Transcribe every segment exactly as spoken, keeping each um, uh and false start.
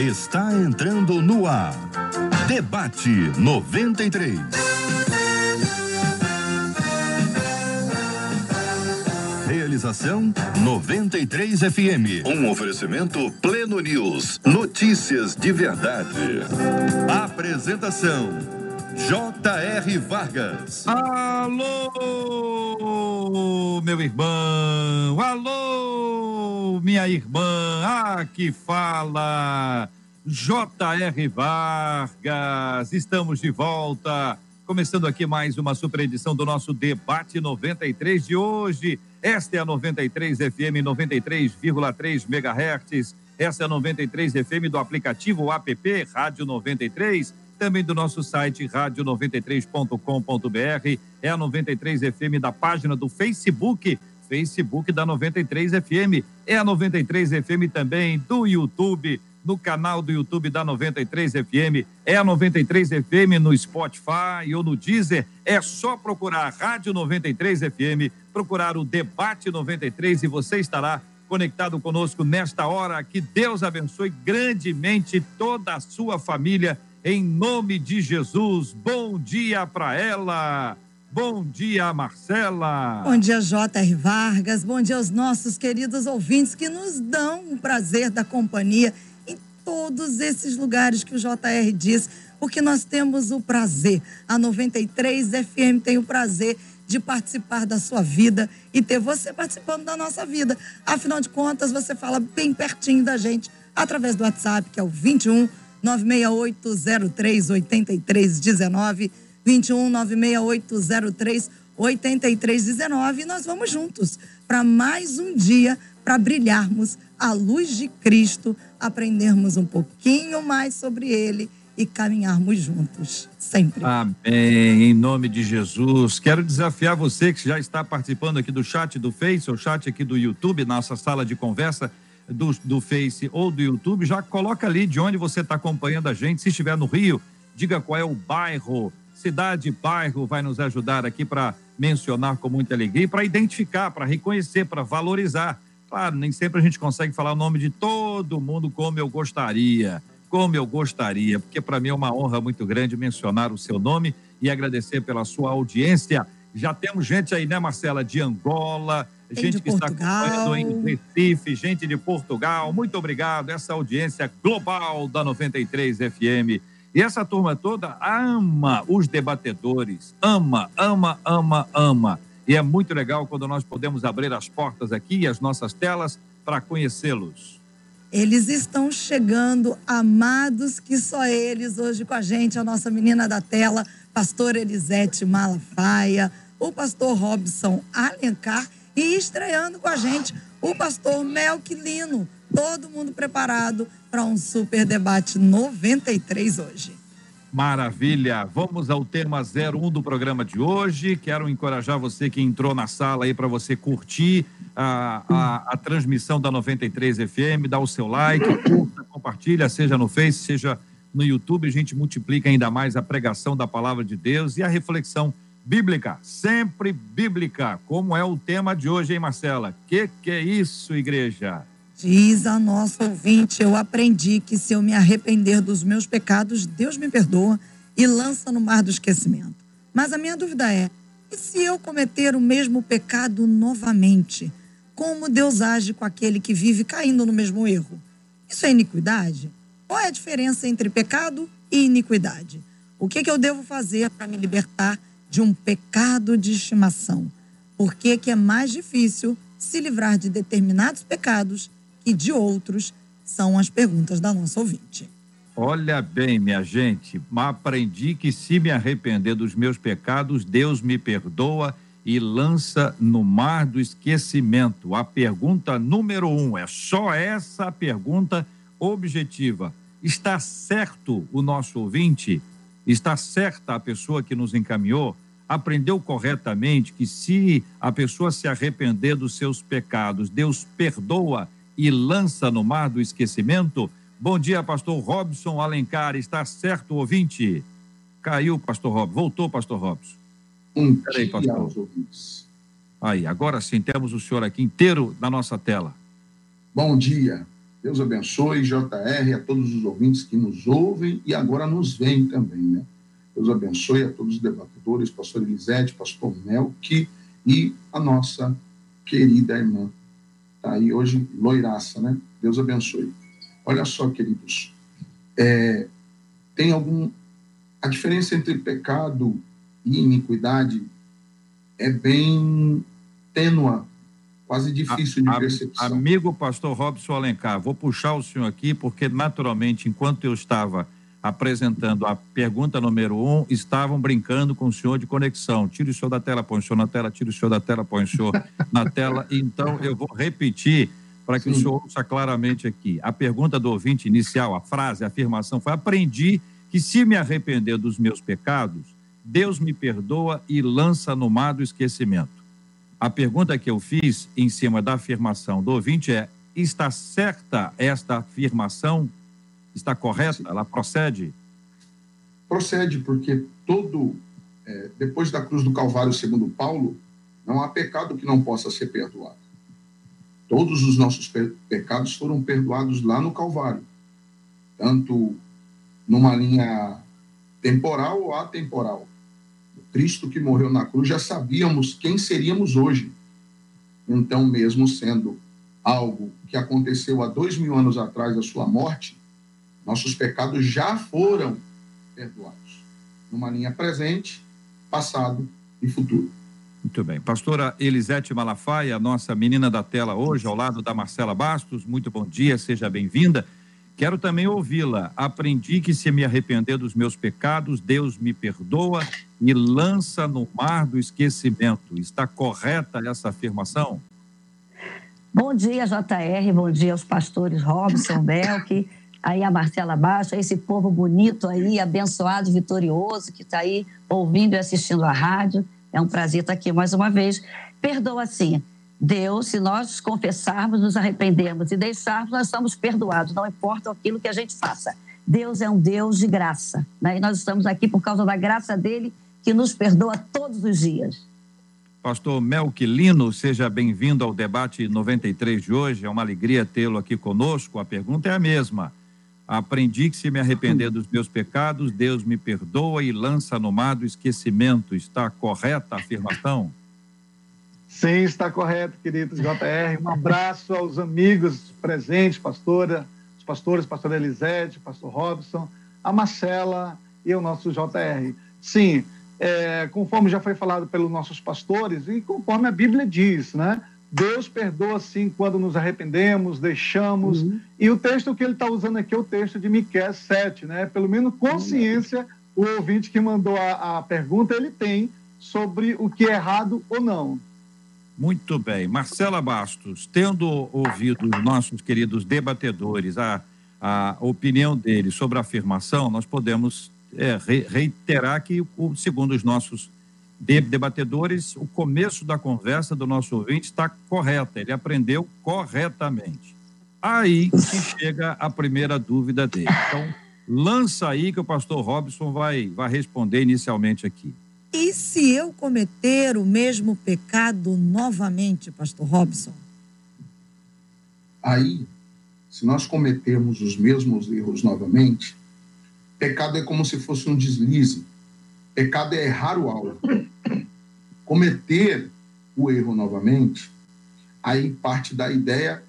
Está entrando no ar. Debate noventa e três. Realização noventa e três F M. Um oferecimento Pleno News. Notícias de verdade. Apresentação J R Vargas. Alô, meu irmão. Alô, minha irmã. Aqui fala J R Vargas. Estamos de volta. Começando aqui mais uma super edição do nosso Debate noventa e três de hoje. Esta é a noventa e três F M, noventa e três vírgula três megahertz. Essa é a noventa e três F M do aplicativo app Rádio noventa e três, também do nosso site rádio noventa e três ponto com ponto b r. É a noventa e três F M da página do Facebook, Facebook da noventa e três F M. É a noventa e três F M também do YouTube, no canal do YouTube da noventa e três F M, é a noventa e três F M no Spotify ou no Deezer. É só procurar Rádio noventa e três F M, procurar o Debate noventa e três e você estará conectado conosco nesta hora. Que Deus abençoe grandemente toda a sua família, em nome de Jesus. Bom dia para ela. Bom dia, Marcela. Bom dia, J R Vargas. Bom dia aos nossos queridos ouvintes que nos dão o prazer da companhia em todos esses lugares que o J R diz, porque nós temos o prazer. A noventa e três F M tem o prazer de participar da sua vida e ter você participando da nossa vida. Afinal de contas, você fala bem pertinho da gente através do WhatsApp, que é o vinte e um, nove seis oito zero três, oito três um nove, vinte e um, nove seis oito zero três, oito três um nove. E nós vamos juntos para mais um dia, para brilharmos a luz de Cristo, aprendermos um pouquinho mais sobre Ele e caminharmos juntos, sempre. Amém, em nome de Jesus. Quero desafiar você que já está participando aqui do chat do Face, ou chat aqui do YouTube, nossa sala de conversa do, do Face ou do YouTube, já coloca ali de onde você está acompanhando a gente. Se estiver no Rio, diga qual é o bairro, cidade, bairro, vai nos ajudar aqui para mencionar com muita alegria, para identificar, para reconhecer, para valorizar. Claro, nem sempre a gente consegue falar o nome de todo mundo como eu gostaria, como eu gostaria, porque para mim é uma honra muito grande mencionar o seu nome e agradecer pela sua audiência. Já temos gente aí, né, Marcela, de Angola, Tem gente de que está Portugal. acompanhando em Recife, gente de Portugal. Muito obrigado, essa audiência global da noventa e três F M. E essa turma toda ama os debatedores, ama, ama, ama, ama. E é muito legal quando nós podemos abrir as portas aqui e as nossas telas para conhecê-los. Eles estão chegando, amados que só eles, hoje com a gente, a nossa menina da tela, pastor Elisete Malafaia, o pastor Robson Alencar e estreando com a gente o pastor Melquilino. Todo mundo preparado para um super debate noventa e três hoje. Maravilha, vamos ao tema zero um do programa de hoje. Quero encorajar você que entrou na sala aí para você curtir a, a, a transmissão da noventa e três F M, dá o seu like, curta, compartilha, seja no Face, seja no YouTube. A gente multiplica ainda mais a pregação da palavra de Deus e a reflexão bíblica, sempre bíblica, como é o tema de hoje, hein, Marcela? Que que é isso, igreja? Diz a nossa ouvinte: eu aprendi que se eu me arrepender dos meus pecados, Deus me perdoa e lança no mar do esquecimento. Mas a minha dúvida é, e se eu cometer o mesmo pecado novamente? Como Deus age com aquele que vive caindo no mesmo erro? Isso é iniquidade? Qual é a diferença entre pecado e iniquidade? O que, que eu devo fazer para me libertar de um pecado de estimação? Por que, que é mais difícil se livrar de determinados pecados e de outros? São as perguntas da nossa ouvinte. Olha bem, minha gente, aprendi que se me arrepender dos meus pecados, Deus me perdoa e lança no mar do esquecimento. A pergunta número um, é só essa pergunta objetiva. Está certo o nosso ouvinte? Está certa a pessoa que nos encaminhou? Aprendeu corretamente que se a pessoa se arrepender dos seus pecados, Deus perdoa e lança no mar do esquecimento? Bom dia, pastor Robson Alencar. Está certo o ouvinte? Caiu, pastor Robson. Voltou, pastor Robson. Um Peraí, dia pastor. aos ouvintes. Aí, agora sim, temos o senhor aqui inteiro na nossa tela. Bom dia. Deus abençoe, J R, a todos os ouvintes que nos ouvem e agora nos veem também, né? Deus abençoe a todos os debatedores, pastor Elisete, pastor Melqui e a nossa querida irmã. Está aí hoje, loiraça, né? Deus abençoe. Olha só, queridos, é, tem algum... A diferença entre pecado e iniquidade é bem tênua, quase difícil de percepção. Amigo pastor Robson Alencar, vou puxar o senhor aqui, porque naturalmente, enquanto eu estava apresentando a pergunta número um, estavam brincando com o senhor de conexão. Tira o senhor da tela, põe o senhor na tela, tira o senhor da tela, põe o senhor na tela. Então, eu vou repetir para que Sim. o senhor ouça claramente aqui. A pergunta do ouvinte inicial, a frase, a afirmação foi: aprendi que se me arrepender dos meus pecados, Deus me perdoa e lança no mar do esquecimento. A pergunta que eu fiz em cima da afirmação do ouvinte é: está certa esta afirmação? Está correta? Ela procede? Procede, porque todo, é, depois da cruz do Calvário, segundo Paulo, não há pecado que não possa ser perdoado. Todos os nossos pe- pecados foram perdoados lá no Calvário, tanto numa linha temporal ou atemporal. O Cristo que morreu na cruz, já sabíamos quem seríamos hoje. Então, mesmo sendo algo que aconteceu há dois mil anos atrás da sua morte, nossos pecados já foram perdoados, numa linha presente, passado e futuro. Muito bem. Pastora Elisete Malafaia, nossa menina da tela hoje, ao lado da Marcela Bastos, muito bom dia, seja bem-vinda. Quero também ouvi-la. Aprendi que se me arrepender dos meus pecados, Deus me perdoa e lança no mar do esquecimento. Está correta essa afirmação? Bom dia, J R, bom dia aos pastores Robson, Belk, aí a Marcela Bastos, esse povo bonito aí, abençoado, vitorioso, que está aí ouvindo e assistindo a rádio. É um prazer estar aqui mais uma vez. Perdoa, sim. Deus, se nós confessarmos, nos arrependermos e deixarmos, nós estamos perdoados, não importa aquilo que a gente faça. Deus é um Deus de graça, né? E nós estamos aqui por causa da graça dele, que nos perdoa todos os dias. Pastor Melqui Lino, seja bem-vindo ao debate noventa e três de hoje, é uma alegria tê-lo aqui conosco. A pergunta é a mesma. Aprendi que se me arrepender dos meus pecados, Deus me perdoa e lança no mar do esquecimento. Está correta a afirmação? Sim, está correto, queridos J R. Um abraço aos amigos presentes, pastora, os pastores, pastora Elisete, pastor Robson, a Marcela e o nosso J R. Sim, é, conforme já foi falado pelos nossos pastores e conforme a Bíblia diz, né? Deus perdoa, sim, quando nos arrependemos, deixamos. Uhum. E o texto que ele está usando aqui é o texto de Miqueias sete, né? Pelo menos consciência, o ouvinte que mandou a, a pergunta, ele tem sobre o que é errado ou não. Muito bem. Marcela Bastos, tendo ouvido os nossos queridos debatedores, a, a opinião deles sobre a afirmação, nós podemos é, re, reiterar que, o, segundo os nossos debatedores, o começo da conversa do nosso ouvinte está correta, ele aprendeu corretamente. Aí que chega a primeira dúvida dele. Então, lança aí que o pastor Robson vai, vai responder inicialmente aqui. E se eu cometer o mesmo pecado novamente, pastor Robson? Aí, se nós cometermos os mesmos erros novamente, pecado é como se fosse um deslize. Pecado é errar o alvo. Cometer o erro novamente, aí parte da ideia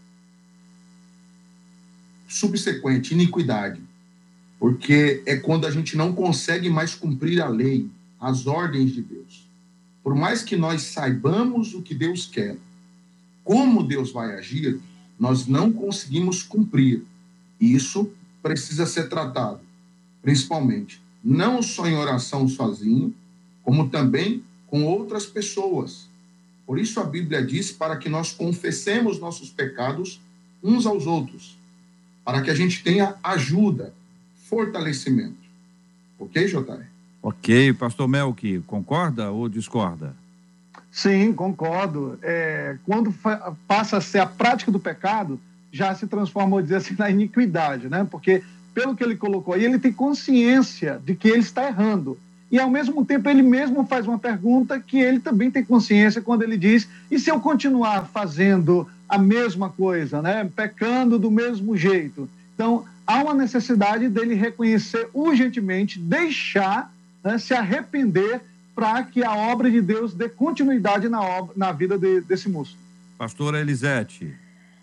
subsequente, iniquidade. Porque é quando a gente não consegue mais cumprir a lei, as ordens de Deus. Por mais que nós saibamos o que Deus quer, como Deus vai agir, nós não conseguimos cumprir. E isso precisa ser tratado, principalmente, não só em oração sozinho, como também com outras pessoas. Por isso a Bíblia diz para que nós confessemos nossos pecados uns aos outros, para que a gente tenha ajuda, fortalecimento. Ok, J R? Ok, pastor Melqui, concorda ou discorda? Sim, concordo. É, quando passa a ser a prática do pecado, já se transforma, vou dizer assim, na iniquidade, né? Porque, pelo que ele colocou aí, ele tem consciência de que ele está errando. E, ao mesmo tempo, ele mesmo faz uma pergunta que ele também tem consciência quando ele diz: e se eu continuar fazendo a mesma coisa, né? Pecando do mesmo jeito. Então, há uma necessidade dele reconhecer urgentemente, deixar, né, se arrepender, para que a obra de Deus dê continuidade na, obra, na vida de, desse moço. Pastora Elisete.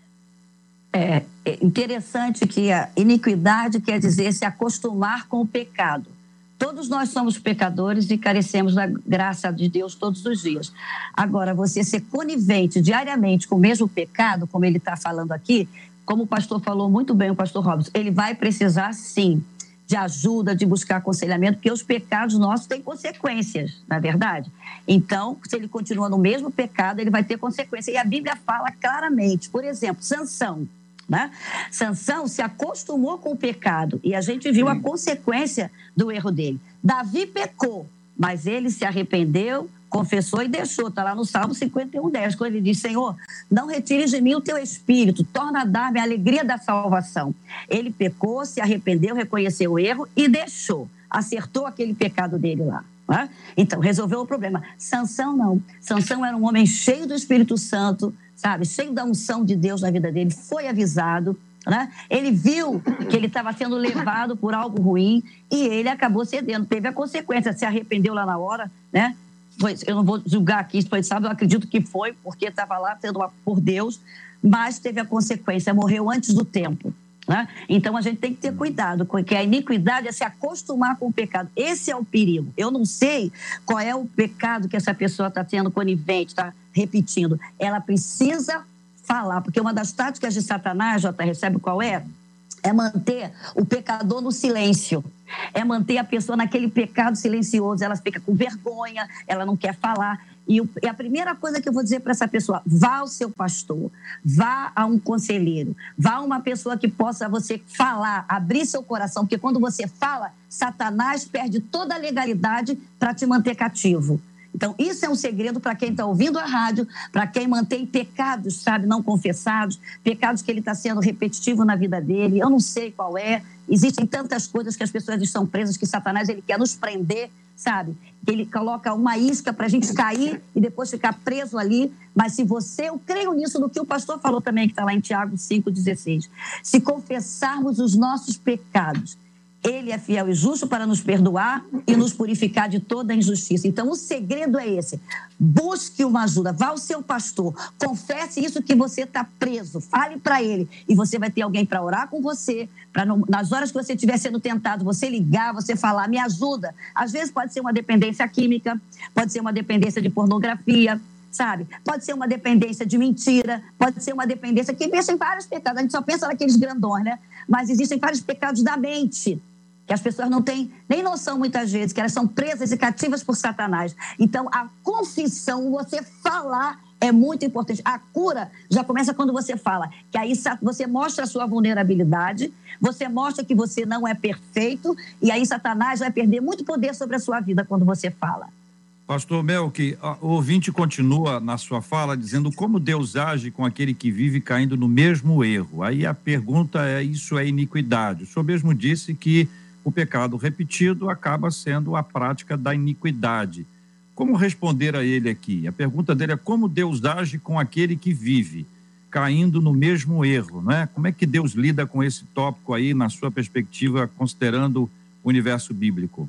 É interessante que a iniquidade quer dizer se acostumar com o pecado. Todos nós somos pecadores e carecemos da graça de Deus todos os dias. Agora, você ser conivente diariamente com o mesmo pecado, como ele está falando aqui, como o pastor falou muito bem, o pastor Robson, ele vai precisar, sim, de ajuda, de buscar aconselhamento, porque os pecados nossos têm consequências, não é verdade? Então, se ele continua no mesmo pecado, ele vai ter consequência. E a Bíblia fala claramente, por exemplo, Sansão, né? Sansão se acostumou com o pecado e a gente viu a consequência do erro dele. Davi pecou, mas ele se arrependeu, confessou e deixou. Está lá no Salmo cinquenta e um, dez, quando ele diz: Senhor, não retires de mim o teu espírito, torna a dar-me a alegria da salvação. Ele pecou, se arrependeu, reconheceu o erro e deixou. Acertou aquele pecado dele lá. Né? Então, resolveu o problema. Sansão não. Sansão era um homem cheio do Espírito Santo, sabe, cheio da unção de Deus na vida dele, foi avisado, né? Ele viu que ele estava sendo levado por algo ruim e ele acabou cedendo, teve a consequência, se arrependeu lá na hora, né? Foi, eu não vou julgar aqui se foi sábado, eu acredito que foi, porque estava lá sendo por Deus, mas teve a consequência, morreu antes do tempo, né? Então a gente tem que ter cuidado, porque a iniquidade é se acostumar com o pecado. Esse é o perigo. Eu não sei qual é o pecado que essa pessoa está tendo conivente, está repetindo. Ela precisa falar, porque uma das táticas de Satanás, Jota, recebe qual é? É manter o pecador no silêncio, é manter a pessoa naquele pecado silencioso. Ela fica com vergonha, ela não quer falar. E a primeira coisa que eu vou dizer para essa pessoa: vá ao seu pastor, vá a um conselheiro, vá a uma pessoa que possa você falar, abrir seu coração, porque quando você fala, Satanás perde toda a legalidade para te manter cativo. Então, isso é um segredo para quem está ouvindo a rádio, para quem mantém pecados, sabe, não confessados, pecados que ele está sendo repetitivo na vida dele. Eu não sei qual é. Existem tantas coisas que as pessoas estão presas, que Satanás ele quer nos prender, sabe? Ele coloca uma isca para a gente cair e depois ficar preso ali. Mas se você, eu creio nisso, no que o pastor falou também, que está lá em Tiago cinco, dezesseis. Se confessarmos os nossos pecados, Ele é fiel e justo para nos perdoar e nos purificar de toda a injustiça. Então, o segredo é esse. Busque uma ajuda. Vá ao seu pastor. Confesse isso que você está preso. Fale para ele. E você vai ter alguém para orar com você. Para nas horas que você estiver sendo tentado, você ligar, você falar: me ajuda. Às vezes pode ser uma dependência química, pode ser uma dependência de pornografia, sabe? Pode ser uma dependência de mentira, pode ser uma dependência que mexe em vários pecados. A gente só pensa naqueles grandões, né? Mas existem vários pecados da mente, que as pessoas não têm nem noção muitas vezes, que elas são presas e cativas por Satanás. Então, a confissão, você falar, é muito importante. A cura já começa quando você fala, que aí você mostra a sua vulnerabilidade, você mostra que você não é perfeito, e aí Satanás vai perder muito poder sobre a sua vida quando você fala. Pastor Melk, o ouvinte continua na sua fala dizendo como Deus age com aquele que vive caindo no mesmo erro. Aí a pergunta é: isso é iniquidade? O senhor mesmo disse que o pecado repetido acaba sendo a prática da iniquidade. Como responder a ele aqui? A pergunta dele é: como Deus age com aquele que vive caindo no mesmo erro, né? Como é que Deus lida com esse tópico aí, na sua perspectiva, considerando o universo bíblico?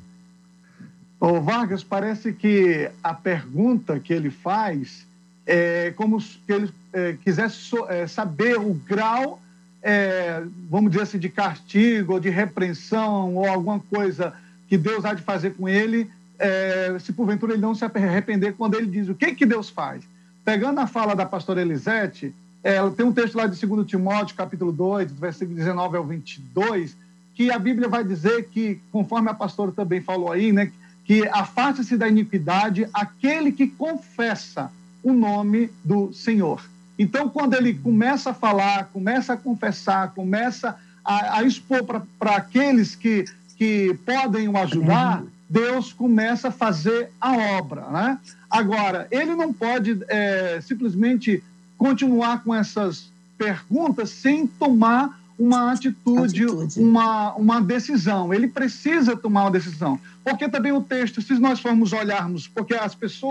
Ô Vargas, parece que a pergunta que ele faz é como se ele é, quisesse so, é, saber o grau, é, vamos dizer assim, de castigo, ou de repreensão, ou alguma coisa que Deus há de fazer com ele, é, se porventura ele não se arrepender, quando ele diz o que, que Deus faz. Pegando a fala da pastora Elisete, é, tem um texto lá de segundo Timóteo, capítulo dois, versículo dezenove ao vinte e dois, que a Bíblia vai dizer que, conforme a pastora também falou aí, né, que afaste-se da iniquidade aquele que confessa o nome do Senhor. Então, quando ele começa a falar, começa a confessar, começa a, a expor para aqueles que, que podem o ajudar, Deus começa a fazer a obra, né? Agora, ele não pode é, simplesmente continuar com essas perguntas sem tomar uma atitude, atitude. Uma, uma decisão. Ele precisa tomar uma decisão. Porque também o texto, se nós formos olharmos, porque as pessoas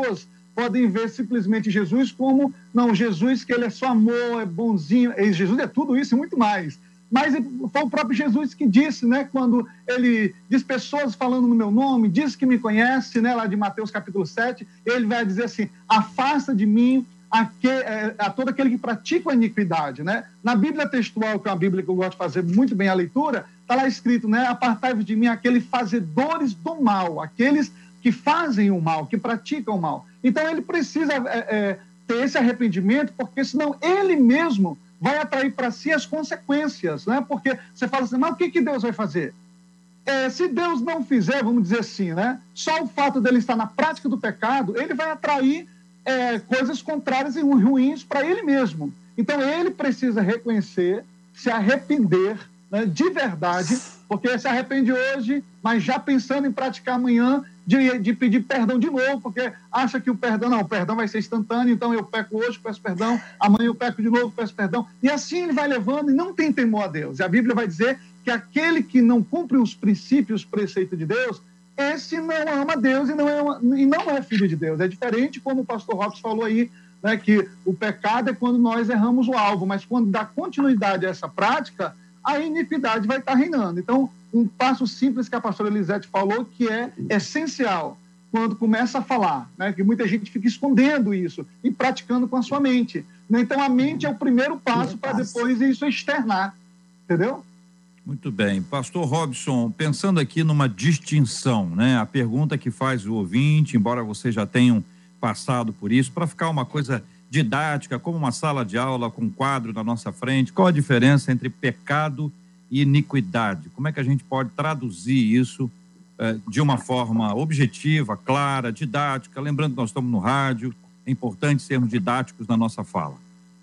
podem ver simplesmente Jesus como, não, Jesus que ele é só amor, é bonzinho, e Jesus é tudo isso e muito mais. Mas foi o próprio Jesus que disse, né, quando ele diz pessoas falando no meu nome, diz que me conhece, né, lá de Mateus capítulo sete, ele vai dizer assim, afasta de mim a, que, a todo aquele que pratica a iniquidade, né? Na Bíblia textual, que é uma Bíblia que eu gosto de fazer muito bem a leitura, está lá escrito, né, apartai-vos de mim aqueles fazedores do mal, aqueles que fazem o mal, que praticam o mal. Então ele precisa é, é, ter esse arrependimento, porque senão ele mesmo vai atrair para si as consequências, né? Porque você fala assim, mas o que, que Deus vai fazer? É, se Deus não fizer, vamos dizer assim, né? Só o fato dele estar na prática do pecado, ele vai atrair é, coisas contrárias e ruins para ele mesmo. Então ele precisa reconhecer, se arrepender, né, de verdade, porque se arrepende hoje, mas já pensando em praticar amanhã, de, de pedir perdão de novo, porque acha que o perdão, não, o perdão vai ser instantâneo, então eu peco hoje, peço perdão, amanhã eu peco de novo, peço perdão, e assim ele vai levando e não tem temor a Deus. E a Bíblia vai dizer que aquele que não cumpre os princípios, os preceitos de Deus, esse não ama Deus e não é, uma, e não é filho de Deus. É diferente, como o pastor Robson falou aí, né, que o pecado é quando nós erramos o alvo, mas quando dá continuidade a essa prática, a iniquidade vai estar reinando. Então, um passo simples que a pastora Elisete falou, que é essencial, quando começa a falar, né, que muita gente fica escondendo isso e praticando com a sua mente. Né? Então, a mente é o primeiro passo para depois isso externar, entendeu? Muito bem. Pastor Robson, pensando aqui numa distinção, né, a pergunta que faz o ouvinte, embora vocês já tenham passado por isso, para ficar uma coisa didática, como uma sala de aula com um quadro na nossa frente, qual a diferença entre pecado e iniquidade? Como é que a gente pode traduzir isso eh, de uma forma objetiva, clara, didática? Lembrando que nós estamos no rádio, é importante sermos didáticos na nossa fala.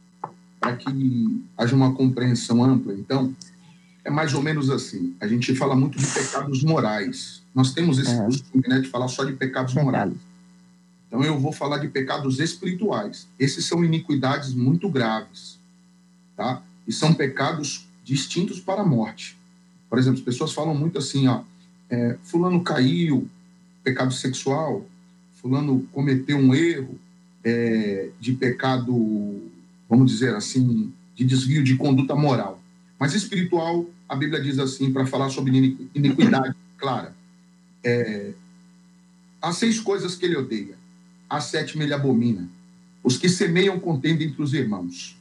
Para que haja uma compreensão ampla, então, é mais ou menos assim, a gente fala muito de pecados morais. Nós temos esse costume, né, de falar só de pecados morais. Então, eu vou falar de pecados espirituais. Esses são iniquidades muito graves, tá? E são pecados distintos para a morte. Por exemplo, as pessoas falam muito assim, ó, é, fulano caiu, pecado sexual, fulano cometeu um erro é, de pecado, vamos dizer assim, de desvio de conduta moral. Mas espiritual, a Bíblia diz assim, para falar sobre iniquidade clara. É, há seis coisas que ele odeia. A sétima ele abomina. Os que semeiam contenda entre os irmãos.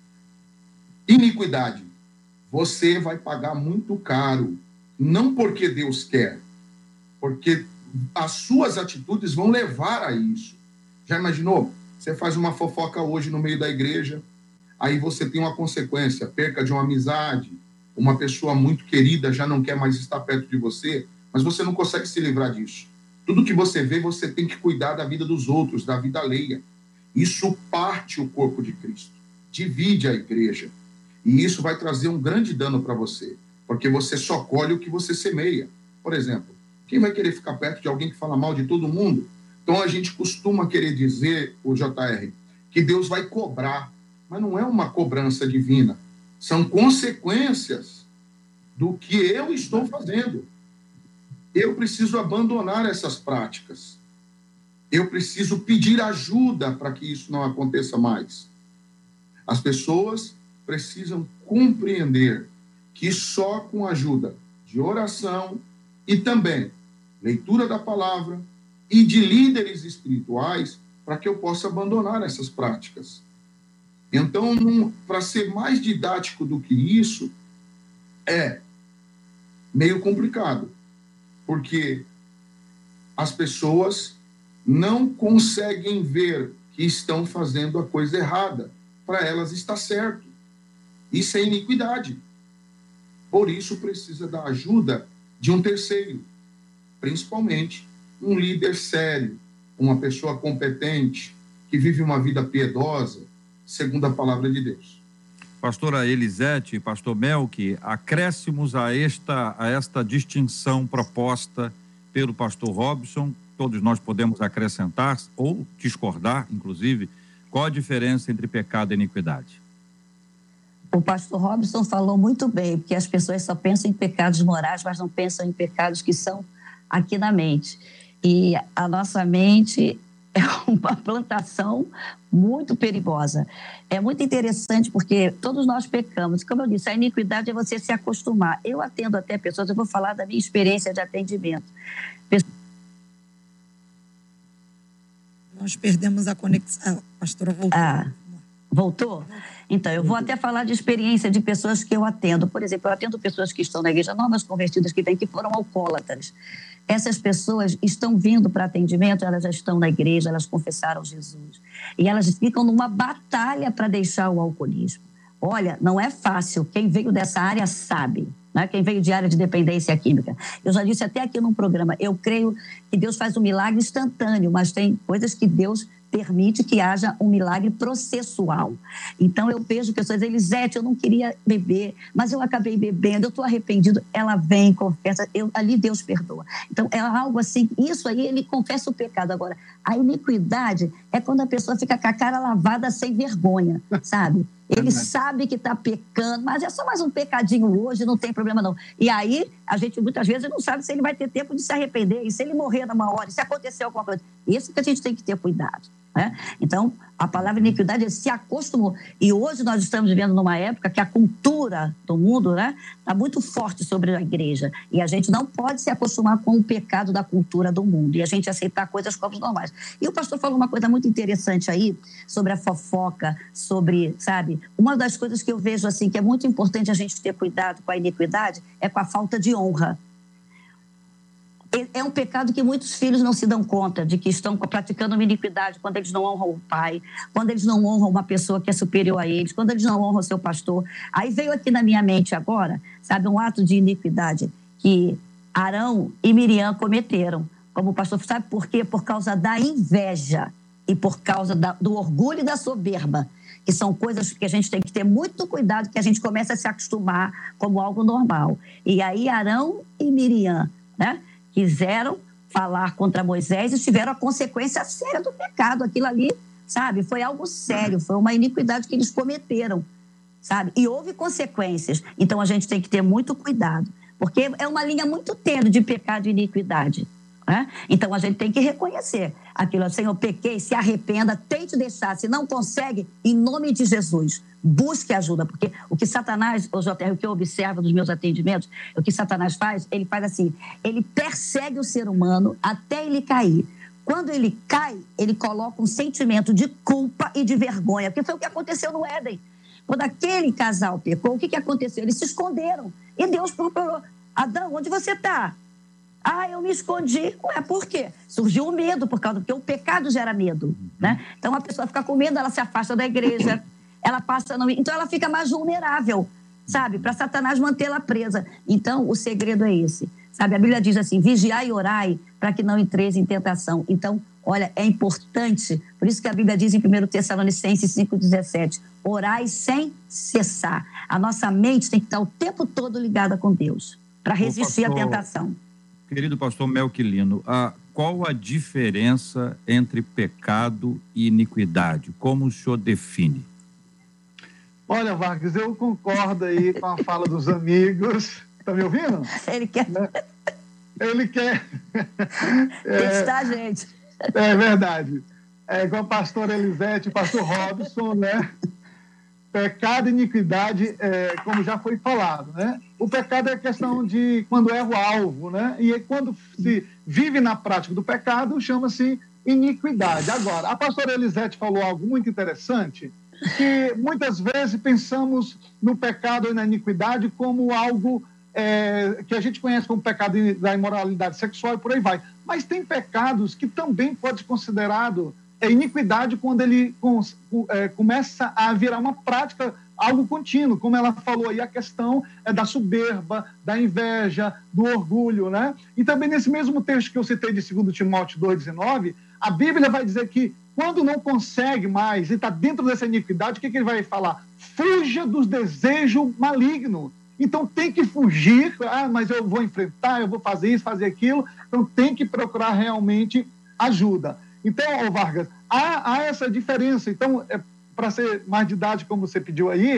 Iniquidade. Você vai pagar muito caro. Não porque Deus quer. Porque as suas atitudes vão levar a isso. Já imaginou? Você faz uma fofoca hoje no meio da igreja, aí você tem uma consequência, perca de uma amizade, uma pessoa muito querida já não quer mais estar perto de você, mas você não consegue se livrar disso. Tudo que você vê, você tem que cuidar da vida dos outros, da vida alheia. Isso parte o corpo de Cristo, divide a igreja. E isso vai trazer um grande dano para você, porque você só colhe o que você semeia. Por exemplo, quem vai querer ficar perto de alguém que fala mal de todo mundo? Então a gente costuma querer dizer, o J R, que Deus vai cobrar, mas não é uma cobrança divina. São consequências do que eu estou fazendo. Eu preciso abandonar essas práticas. Eu preciso pedir ajuda para que isso não aconteça mais. As pessoas precisam compreender que só com a ajuda de oração e também leitura da palavra e de líderes espirituais para que eu possa abandonar essas práticas. Então, para ser mais didático do que isso, é meio complicado. Porque as pessoas não conseguem ver que estão fazendo a coisa errada. Para elas está certo. Isso é iniquidade. Por isso precisa da ajuda de um terceiro, principalmente um líder sério, uma pessoa competente, que vive uma vida piedosa, segundo a palavra de Deus. Pastora Elisete, pastor Melqui, acréscimos a esta, a esta distinção proposta pelo pastor Robson, todos nós podemos acrescentar ou discordar, inclusive, qual a diferença entre pecado e iniquidade? O pastor Robson falou muito bem, porque as pessoas só pensam em pecados morais, mas não pensam em pecados que são aqui na mente. E a nossa mente é uma plantação muito perigosa. É muito interessante porque todos nós pecamos. Como eu disse, a iniquidade é você se acostumar. Eu atendo até pessoas, eu vou falar da minha experiência de atendimento. Pessoas... Nós perdemos a conexão. A pastora voltou. Ah, voltou? Então, eu vou até falar de experiência de pessoas que eu atendo. Por exemplo, eu atendo pessoas que estão na igreja, novas convertidas que vêm, que foram alcoólatras. Essas pessoas estão vindo para atendimento, elas já estão na igreja, elas confessaram Jesus. E elas ficam numa batalha para deixar o alcoolismo. Olha, não é fácil. Quem veio dessa área sabe, né? Quem veio de área de dependência química. Eu já disse até aqui num programa, eu creio que Deus faz um milagre instantâneo, mas tem coisas que Deus permite que haja um milagre processual. Então, eu vejo pessoas dizendo, Elisete, eu não queria beber, mas eu acabei bebendo, eu estou arrependido. Ela vem, confessa, eu, ali Deus perdoa. Então, é algo assim, isso aí, ele confessa o pecado. Agora, a iniquidade é quando a pessoa fica com a cara lavada sem vergonha, sabe? Ele sabe que está pecando, mas é só mais um pecadinho hoje, não tem problema não. E aí, a gente muitas vezes não sabe se ele vai ter tempo de se arrepender, e se ele morrer numa hora, e se acontecer alguma coisa. Isso que a gente tem que ter cuidado, né? Então, a palavra iniquidade se acostumou. E hoje nós estamos vivendo numa época que a cultura do mundo, né, está muito forte sobre a igreja. E a gente não pode se acostumar com o pecado da cultura do mundo. E a gente aceitar coisas como normais. E o pastor falou uma coisa muito interessante aí, sobre a fofoca, sobre, sabe... Uma das coisas que eu vejo assim, que é muito importante a gente ter cuidado com a iniquidade, é com a falta de honra. É um pecado que muitos filhos não se dão conta de que estão praticando uma iniquidade quando eles não honram o pai, quando eles não honram uma pessoa que é superior a eles, quando eles não honram o seu pastor. Aí veio aqui na minha mente agora, sabe, um ato de iniquidade que Arão e Miriam cometeram. Como o pastor sabe por quê? Por causa da inveja e por causa da, do orgulho e da soberba, que são coisas que a gente tem que ter muito cuidado, que a gente começa a se acostumar como algo normal. E aí Arão e Miriam, né, quiseram falar contra Moisés e tiveram a consequência séria do pecado. Aquilo ali, sabe, foi algo sério, foi uma iniquidade que eles cometeram, sabe? E houve consequências. Então, a gente tem que ter muito cuidado, porque é uma linha muito tênue de pecado e iniquidade, né? Então, a gente tem que reconhecer aquilo. Senhor, pequei, se arrependa, tente deixar. Se não consegue, em nome de Jesus, busque ajuda, porque o que Satanás, o J R, o que eu observo nos meus atendimentos, o que Satanás faz, ele faz assim, ele persegue o ser humano até ele cair. Quando ele cai, ele coloca um sentimento de culpa e de vergonha, porque foi o que aconteceu no Éden. Quando aquele casal pecou, o que, que aconteceu? Eles se esconderam. E Deus procurou, Adão, onde você está? Ah, eu me escondi. Ué, por quê? Surgiu o medo, por causa, porque o pecado gera medo, né? Então, a pessoa fica com medo, ela se afasta da igreja, ela passa... Não... Então, ela fica mais vulnerável, sabe? Para Satanás mantê-la presa. Então, o segredo é esse, sabe? A Bíblia diz assim, vigiai e orai para que não entreis em tentação. Então, olha, é importante, por isso que a Bíblia diz em primeiro Tessalonicenses cinco, dezessete, orai sem cessar. A nossa mente tem que estar o tempo todo ligada com Deus, para resistir à tentação. Querido pastor Melquilino, a, qual a diferença entre pecado e iniquidade? Como o senhor define? Olha, Vargas, eu concordo aí com a fala dos amigos. Está me ouvindo? Ele quer... Né? Ele quer... testar a gente. É verdade. É igual a pastora Elisete, o pastor Robson, né? Pecado e iniquidade, é, como já foi falado, né? O pecado é a questão de quando erra o alvo, né? E quando se vive na prática do pecado, chama-se iniquidade. Agora, a pastora Elisete falou algo muito interessante, que muitas vezes pensamos no pecado e na iniquidade como algo é, que a gente conhece como pecado da imoralidade sexual e por aí vai. Mas tem pecados que também pode ser considerado é, iniquidade quando ele com, é, começa a virar uma prática, algo contínuo, como ela falou aí, a questão é da soberba, da inveja, do orgulho, né? E também nesse mesmo texto que eu citei de dois Timóteo dois, dezenove, a Bíblia vai dizer que quando não consegue mais e está dentro dessa iniquidade, o que, que ele vai falar? Fuja dos desejos malignos. Então tem que fugir, ah, mas eu vou enfrentar, eu vou fazer isso, fazer aquilo, então tem que procurar realmente ajuda. Então, ô Vargas, há, há essa diferença. Então, é, para ser mais didático, como você pediu aí,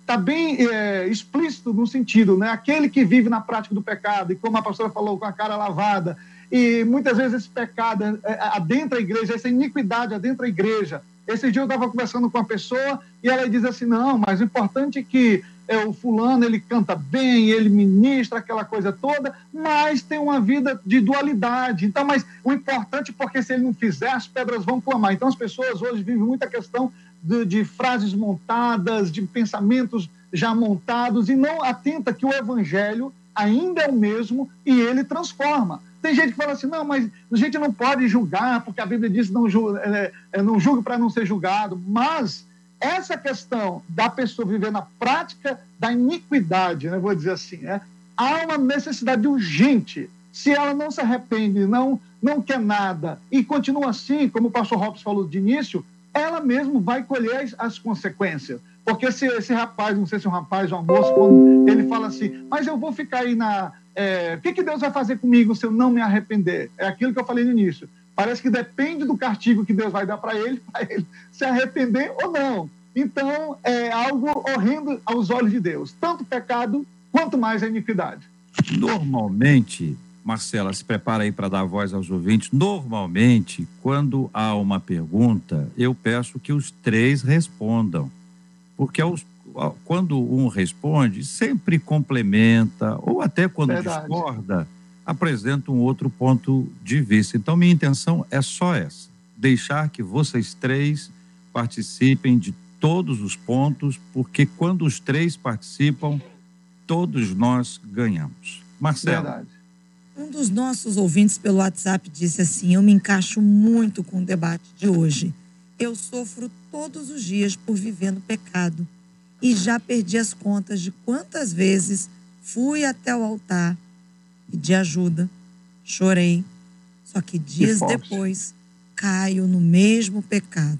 está bem é, explícito no sentido, né? Aquele que vive na prática do pecado, e como a pastora falou, com a cara lavada, e muitas vezes esse pecado é, adentra a igreja, essa iniquidade adentra a igreja. Esse dia eu estava conversando com uma pessoa e ela diz assim, não, mas o importante é que é, o fulano, ele canta bem, ele ministra aquela coisa toda, mas tem uma vida de dualidade. Então, mas o importante, porque se ele não fizer, as pedras vão clamar. Então, as pessoas hoje vivem muita questão de, de frases montadas, de pensamentos já montados, e não atenta que o evangelho ainda é o mesmo e ele transforma. Tem gente que fala assim, não, mas a gente não pode julgar, porque a Bíblia diz não, ju é, é, não julgue para não ser julgado. Mas essa questão da pessoa viver na prática da iniquidade, né, vou dizer assim, é, há uma necessidade urgente. Se ela não se arrepende, não, não quer nada, e continua assim, como o pastor Robson falou de início, ela mesmo vai colher as, as consequências. Porque se esse rapaz, não sei se é um rapaz ou uma moça, quando ele fala assim, mas eu vou ficar aí na... É, o que, que Deus vai fazer comigo se eu não me arrepender? É aquilo que eu falei no início. Parece que depende do castigo que Deus vai dar para ele, para ele se arrepender ou não. Então, é algo horrendo aos olhos de Deus. Tanto pecado, quanto mais a iniquidade. Normalmente, Marcela, se prepara aí para dar voz aos ouvintes. Normalmente, quando há uma pergunta, eu peço que os três respondam. Porque aos quando um responde, sempre complementa, ou até quando Verdade. discorda, apresenta um outro ponto de vista. Então, minha intenção é só essa, deixar que vocês três participem de todos os pontos, porque quando os três participam, todos nós ganhamos. Marcelo. Verdade. Um dos nossos ouvintes pelo WhatsApp disse assim, eu me encaixo muito com o debate de hoje. Eu sofro todos os dias por viver no pecado. E já perdi as contas de quantas vezes fui até o altar, pedi ajuda, chorei. Só que dias depois caio no mesmo pecado.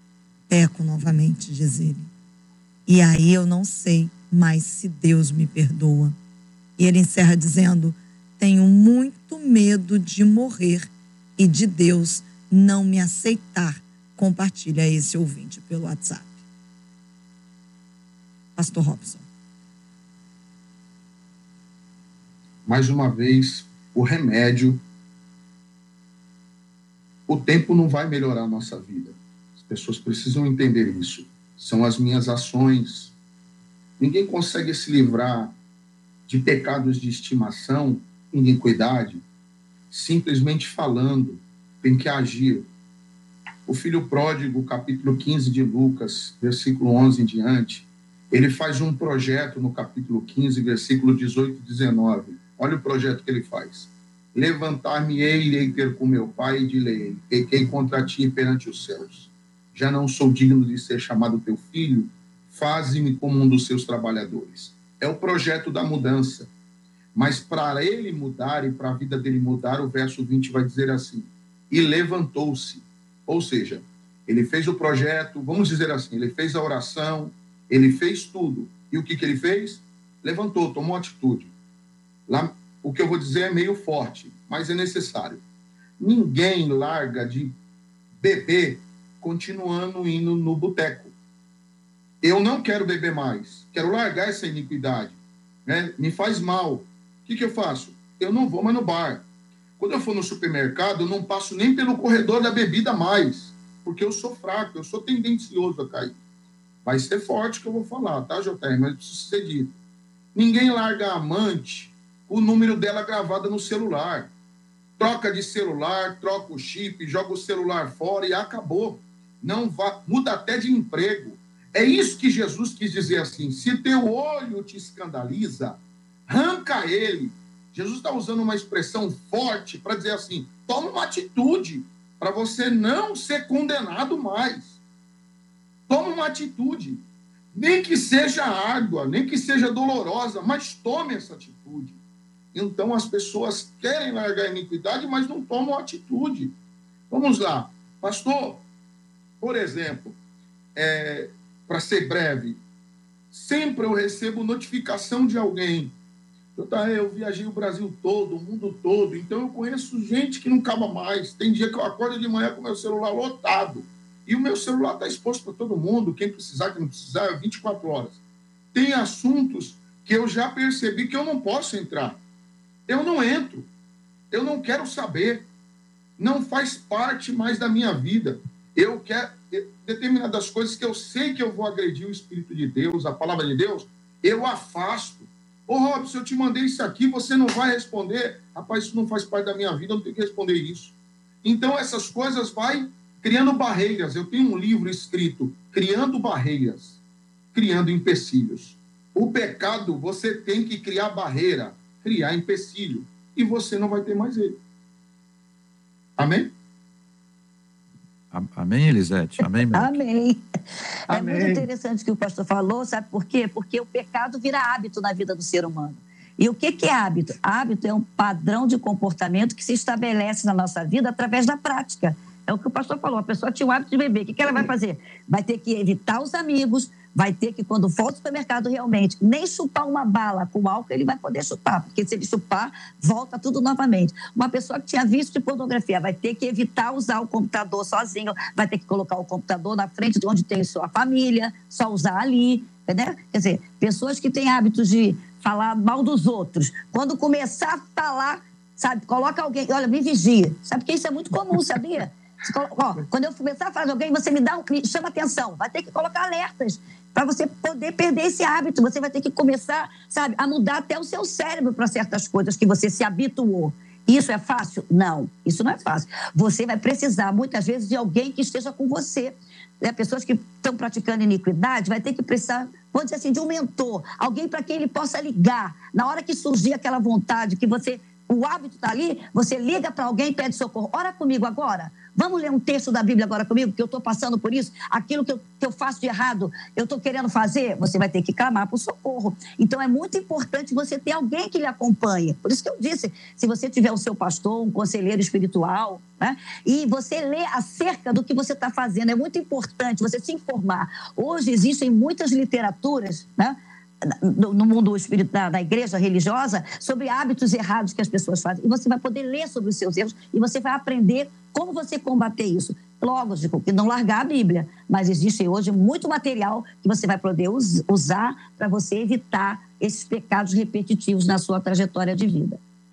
Peco novamente, diz ele. E aí eu não sei mais se Deus me perdoa. E ele encerra dizendo, tenho muito medo de morrer e de Deus não me aceitar. Compartilha esse ouvinte pelo WhatsApp. Pastor Robson. Mais uma vez, o remédio, o tempo não vai melhorar a nossa vida. As pessoas precisam entender isso. São as minhas ações. Ninguém consegue se livrar de pecados de estimação, iniquidade, simplesmente falando. Tem que agir. O filho pródigo, capítulo quinze de Lucas, versículo onze em diante, ele faz um projeto no capítulo quinze, versículo dezoito e dezenove. Olha o projeto que ele faz. Levantar-me-ei, irei ter com meu pai e direi, pequei contra ti perante os céus. Já não sou digno de ser chamado teu filho, faze-me como um dos seus trabalhadores. É o projeto da mudança. Mas para ele mudar e para a vida dele mudar, o verso vinte vai dizer assim, e levantou-se. Ou seja, ele fez o projeto, vamos dizer assim, ele fez a oração, ele fez tudo. E o que, que ele fez? Levantou, tomou atitude. Lá, o que eu vou dizer é meio forte, mas é necessário. Ninguém larga de beber continuando indo no boteco. Eu não quero beber mais. Quero largar essa iniquidade. Né? Me faz mal. O que, que eu faço? Eu não vou mais no bar. Quando eu for no supermercado, eu não passo nem pelo corredor da bebida mais. Porque eu sou fraco, eu sou tendencioso a cair. Vai ser forte que eu vou falar, tá, J R? Mas precisa ser dito. Ninguém larga a amante com o número dela gravado no celular. Troca de celular, troca o chip, joga o celular fora e acabou. Não vá, muda até de emprego. É isso que Jesus quis dizer assim, se teu olho te escandaliza, arranca ele. Jesus está usando uma expressão forte para dizer assim, toma uma atitude para você não ser condenado mais. Toma uma atitude, nem que seja árdua, nem que seja dolorosa, mas tome essa atitude. Então as pessoas querem largar a iniquidade, mas não tomam atitude. Vamos lá, pastor, por exemplo, é, para ser breve, sempre eu recebo notificação de alguém. Eu viajei o Brasil todo, o mundo todo, então eu conheço gente que não acaba mais. Tem dia que eu acordo de manhã com meu celular lotado. E o meu celular está exposto para todo mundo, quem precisar, quem não precisar, é vinte e quatro horas. Tem assuntos que eu já percebi que eu não posso entrar. Eu não entro. Eu não quero saber. Não faz parte mais da minha vida. Eu quero determinadas coisas que eu sei que eu vou agredir o Espírito de Deus, a palavra de Deus, eu afasto. Ô, Robson, eu te mandei isso aqui, você não vai responder? Rapaz, isso não faz parte da minha vida, eu não tenho que responder isso. Então, essas coisas vai criando barreiras. Eu tenho um livro escrito, Criando Barreiras, Criando Empecilhos. O pecado, você tem que criar barreira, criar empecilho, e você não vai ter mais ele. Amém? Amém, Elisete? Amém, meu? Amém. É Amém. muito interessante o que o pastor falou, sabe por quê? Porque o pecado vira hábito na vida do ser humano. E o que é hábito? Hábito é um padrão de comportamento que se estabelece na nossa vida através da prática. É o que o pastor falou, a pessoa tinha o hábito de beber. O que ela vai fazer? Vai ter que evitar os amigos, vai ter que, quando for ao supermercado realmente, nem chupar uma bala com álcool, ele vai poder chupar, porque se ele chupar, volta tudo novamente. Uma pessoa que tinha vício de pornografia vai ter que evitar usar o computador sozinho, vai ter que colocar o computador na frente de onde tem sua família, só usar ali, entendeu? Quer dizer, pessoas que têm hábitos de falar mal dos outros, quando começar a falar, sabe, coloca alguém, olha, me vigia, sabe, porque isso é muito comum, sabia? Ó, quando eu começar a falar de alguém, você me dá um, me chama atenção, vai ter que colocar alertas para você poder perder esse hábito. Você vai ter que começar, sabe, a mudar até o seu cérebro para certas coisas que você se habituou. Isso é fácil? Não, isso não é fácil. Você vai precisar, muitas vezes, de alguém que esteja com você. Né? Pessoas que estão praticando iniquidade vai ter que precisar, vamos dizer assim, de um mentor, alguém para quem ele possa ligar. Na hora que surgir aquela vontade, que você, o hábito está ali, você liga para alguém e pede socorro. Ora comigo agora. Vamos ler um texto da Bíblia agora comigo, que eu estou passando por isso, aquilo que eu, que eu faço de errado, eu estou querendo fazer, você vai ter que clamar por socorro. Então, é muito importante você ter alguém que lhe acompanhe. Por isso que eu disse, se você tiver o seu pastor, um conselheiro espiritual, né, e você lê acerca do que você está fazendo, é muito importante você se informar. Hoje existem muitas literaturas, né, no mundo espiritual, da igreja religiosa, sobre hábitos errados que as pessoas fazem. E você vai poder ler sobre os seus erros e você vai aprender como você combater isso. Lógico que não largar a Bíblia, mas existe hoje muito material que você vai poder us- usar para você evitar esses pecados repetitivos na sua trajetória de vida.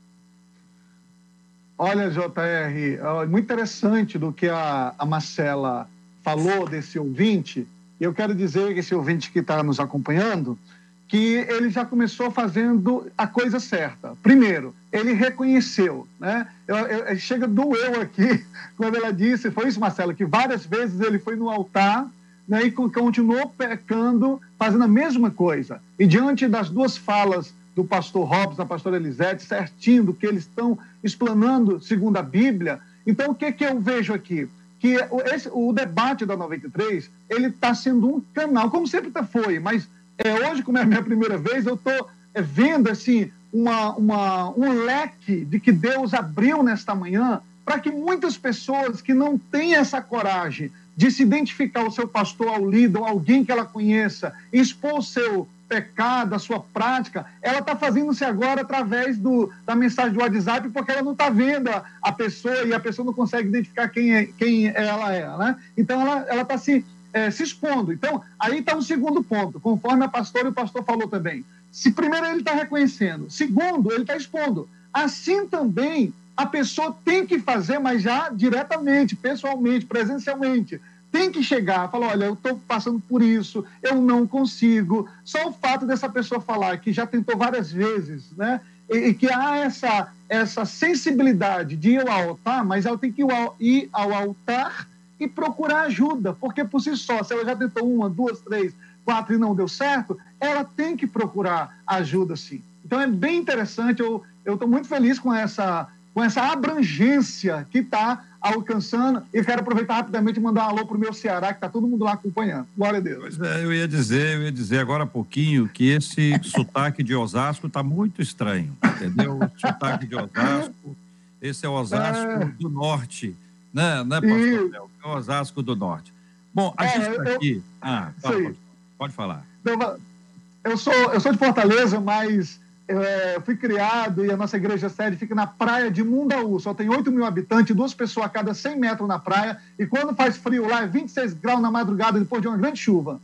Olha, J R, é muito interessante do que a, a Marcela falou desse ouvinte. Eu quero dizer que esse ouvinte que está nos acompanhando, que ele já começou fazendo a coisa certa. Primeiro, ele reconheceu, né? Eu, eu, chega doeu aqui quando ela disse, foi isso, Marcelo, que várias vezes ele foi no altar, né, e continuou pecando, fazendo a mesma coisa. E diante das duas falas do pastor Robson, da pastora Elisete, certinho do que eles estão explanando segundo a Bíblia, então o que, que eu vejo aqui? Que esse, o debate da noventa e três, ele está sendo um canal, como sempre foi, mas É, hoje, como é a minha primeira vez, eu estou é, vendo assim, uma, uma, um leque de que Deus abriu nesta manhã para que muitas pessoas que não têm essa coragem de se identificar o seu pastor, ao líder, ou alguém que ela conheça, expor o seu pecado, a sua prática, ela está fazendo-se agora através do, da mensagem do WhatsApp, porque ela não está vendo a, a pessoa e a pessoa não consegue identificar quem, é, quem ela é, né? Então, ela está se... É, se expondo. Então, aí está um segundo ponto, conforme a pastora e o pastor falou também. Se primeiro ele está reconhecendo, segundo, ele está expondo. Assim também a pessoa tem que fazer, mas já diretamente, pessoalmente, presencialmente. Tem que chegar, falar, olha, eu estou passando por isso, eu não consigo. Só o fato dessa pessoa falar que já tentou várias vezes, né? E, e que há essa, essa sensibilidade de ir ao altar, mas ela tem que ir ao, ir ao altar e procurar ajuda, porque por si só, se ela já tentou uma, duas, três, quatro e não deu certo, ela tem que procurar ajuda, sim. Então é bem interessante, eu estou muito feliz com essa, com essa abrangência que está alcançando, e quero aproveitar rapidamente e mandar um alô para o meu Ceará, que está todo mundo lá acompanhando. Glória a Deus. Pois é, eu ia dizer, eu ia dizer agora há pouquinho que esse sotaque de Osasco está muito estranho, entendeu? O sotaque de Osasco, esse é o Osasco é... do Norte, né, né, pastor Léo? É o Osasco do Norte. Bom, a é, gente está aqui... Eu... Ah, fala, pode, pode falar. Eu, eu, sou, eu sou de Fortaleza, mas eu é, fui criado e a nossa igreja sede fica na praia de Mundaú. Só tem oito mil habitantes, duas pessoas a cada cem metros na praia. E quando faz frio lá, é vinte e seis graus na madrugada, depois de uma grande chuva.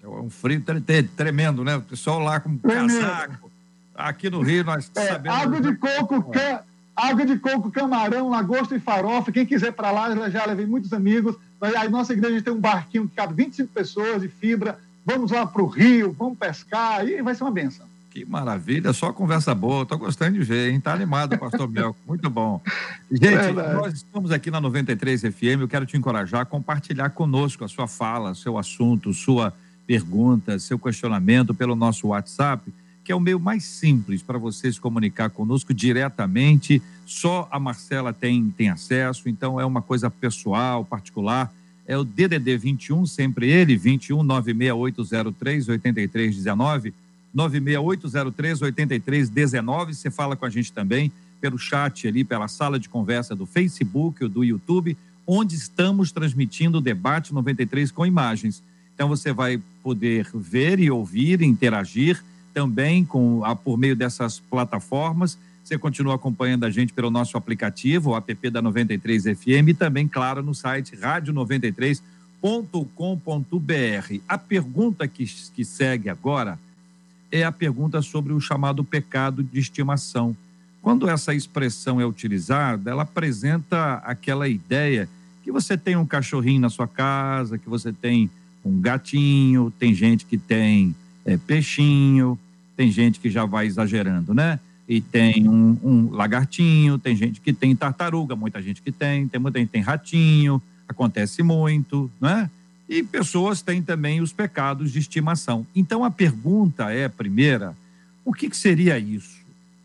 É um frio tremendo, né? O pessoal lá com casaco. Aqui no Rio nós é, sabemos... Água de coco, can... água de coco, camarão, lagosta e farofa. Quem quiser para lá, eu já levei muitos amigos. A nossa igreja tem um barquinho que cabe vinte e cinco pessoas de fibra. Vamos lá para o Rio, vamos pescar e vai ser uma benção. Que maravilha, só conversa boa. Estou gostando de ver, hein? Está animado, pastor Melco. Muito bom. Gente, Verdade. Nós estamos aqui na noventa e três F M. Eu quero te encorajar a compartilhar conosco a sua fala, seu assunto, sua pergunta, seu questionamento pelo nosso WhatsApp, que é o meio mais simples para você se comunicar conosco diretamente. Só a Marcela tem, tem acesso, então é uma coisa pessoal, particular. É o D D D vinte e um, sempre ele, vinte e um, nove seis oito zero três, oito três um nove, nove seis oito zero três, oito três um nove. Você fala com a gente também pelo chat ali, pela sala de conversa do Facebook ou do YouTube, onde estamos transmitindo o Debate noventa e três com imagens. Então você vai poder ver e ouvir, interagir também com, a, por meio dessas plataformas. Você continua acompanhando a gente pelo nosso aplicativo, o app da noventa e três F M, e também, claro, no site rádio noventa e três ponto com ponto b r. A pergunta que, que segue agora é a pergunta sobre o chamado pecado de estimação. Quando essa expressão é utilizada, ela apresenta aquela ideia que você tem um cachorrinho na sua casa, que você tem um gatinho, tem gente que tem é, peixinho, tem gente que já vai exagerando, né? E tem um, um lagartinho, tem gente que tem tartaruga, muita gente que tem, tem muita gente que tem ratinho, acontece muito, né? E pessoas têm também os pecados de estimação. Então a pergunta é, primeira, o que, que seria isso?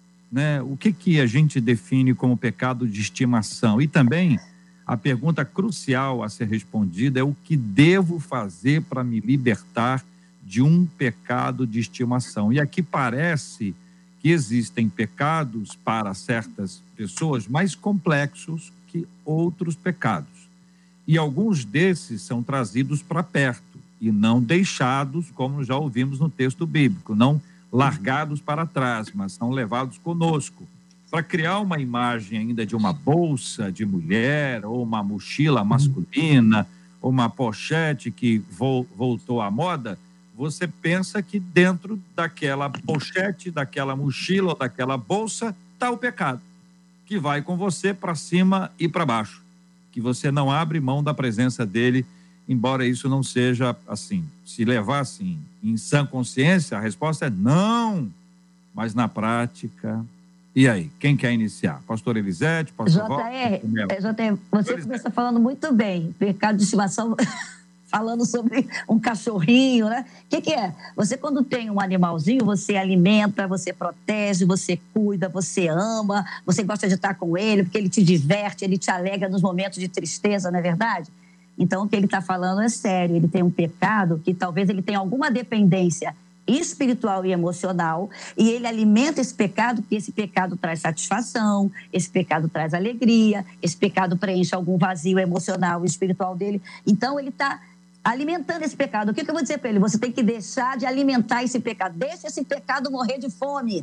Né? O que, que a gente define como pecado de estimação? E também a pergunta crucial a ser respondida é o que devo fazer para me libertar de um pecado de estimação. E aqui parece que existem pecados para certas pessoas mais complexos que outros pecados. E alguns desses são trazidos para perto e não deixados, como já ouvimos no texto bíblico, não largados para trás, mas são levados conosco. Para criar uma imagem ainda de uma bolsa de mulher, ou uma mochila masculina, ou uma pochete que vo- voltou à moda, você pensa que dentro daquela pochete, daquela mochila ou daquela bolsa está o pecado, que vai com você para cima e para baixo, que você não abre mão da presença dele, embora isso não seja assim. Se levar assim, em sã consciência, a resposta é não, mas na prática... E aí, quem quer iniciar? Pastor Elisete, Pastor J R, J R, você começa falando muito bem, pecado de estimação... falando sobre um cachorrinho, né? O que, que é? Você, quando tem um animalzinho, você alimenta, você protege, você cuida, você ama, você gosta de estar com ele, porque ele te diverte, ele te alegra nos momentos de tristeza, não é verdade? Então, o que ele está falando é sério. Ele tem um pecado que talvez ele tenha alguma dependência espiritual e emocional, e ele alimenta esse pecado, porque esse pecado traz satisfação, esse pecado traz alegria, esse pecado preenche algum vazio emocional e espiritual dele. Então, ele está alimentando esse pecado. O que, que eu vou dizer para ele? Você tem que deixar de alimentar esse pecado. Deixa esse pecado morrer de fome.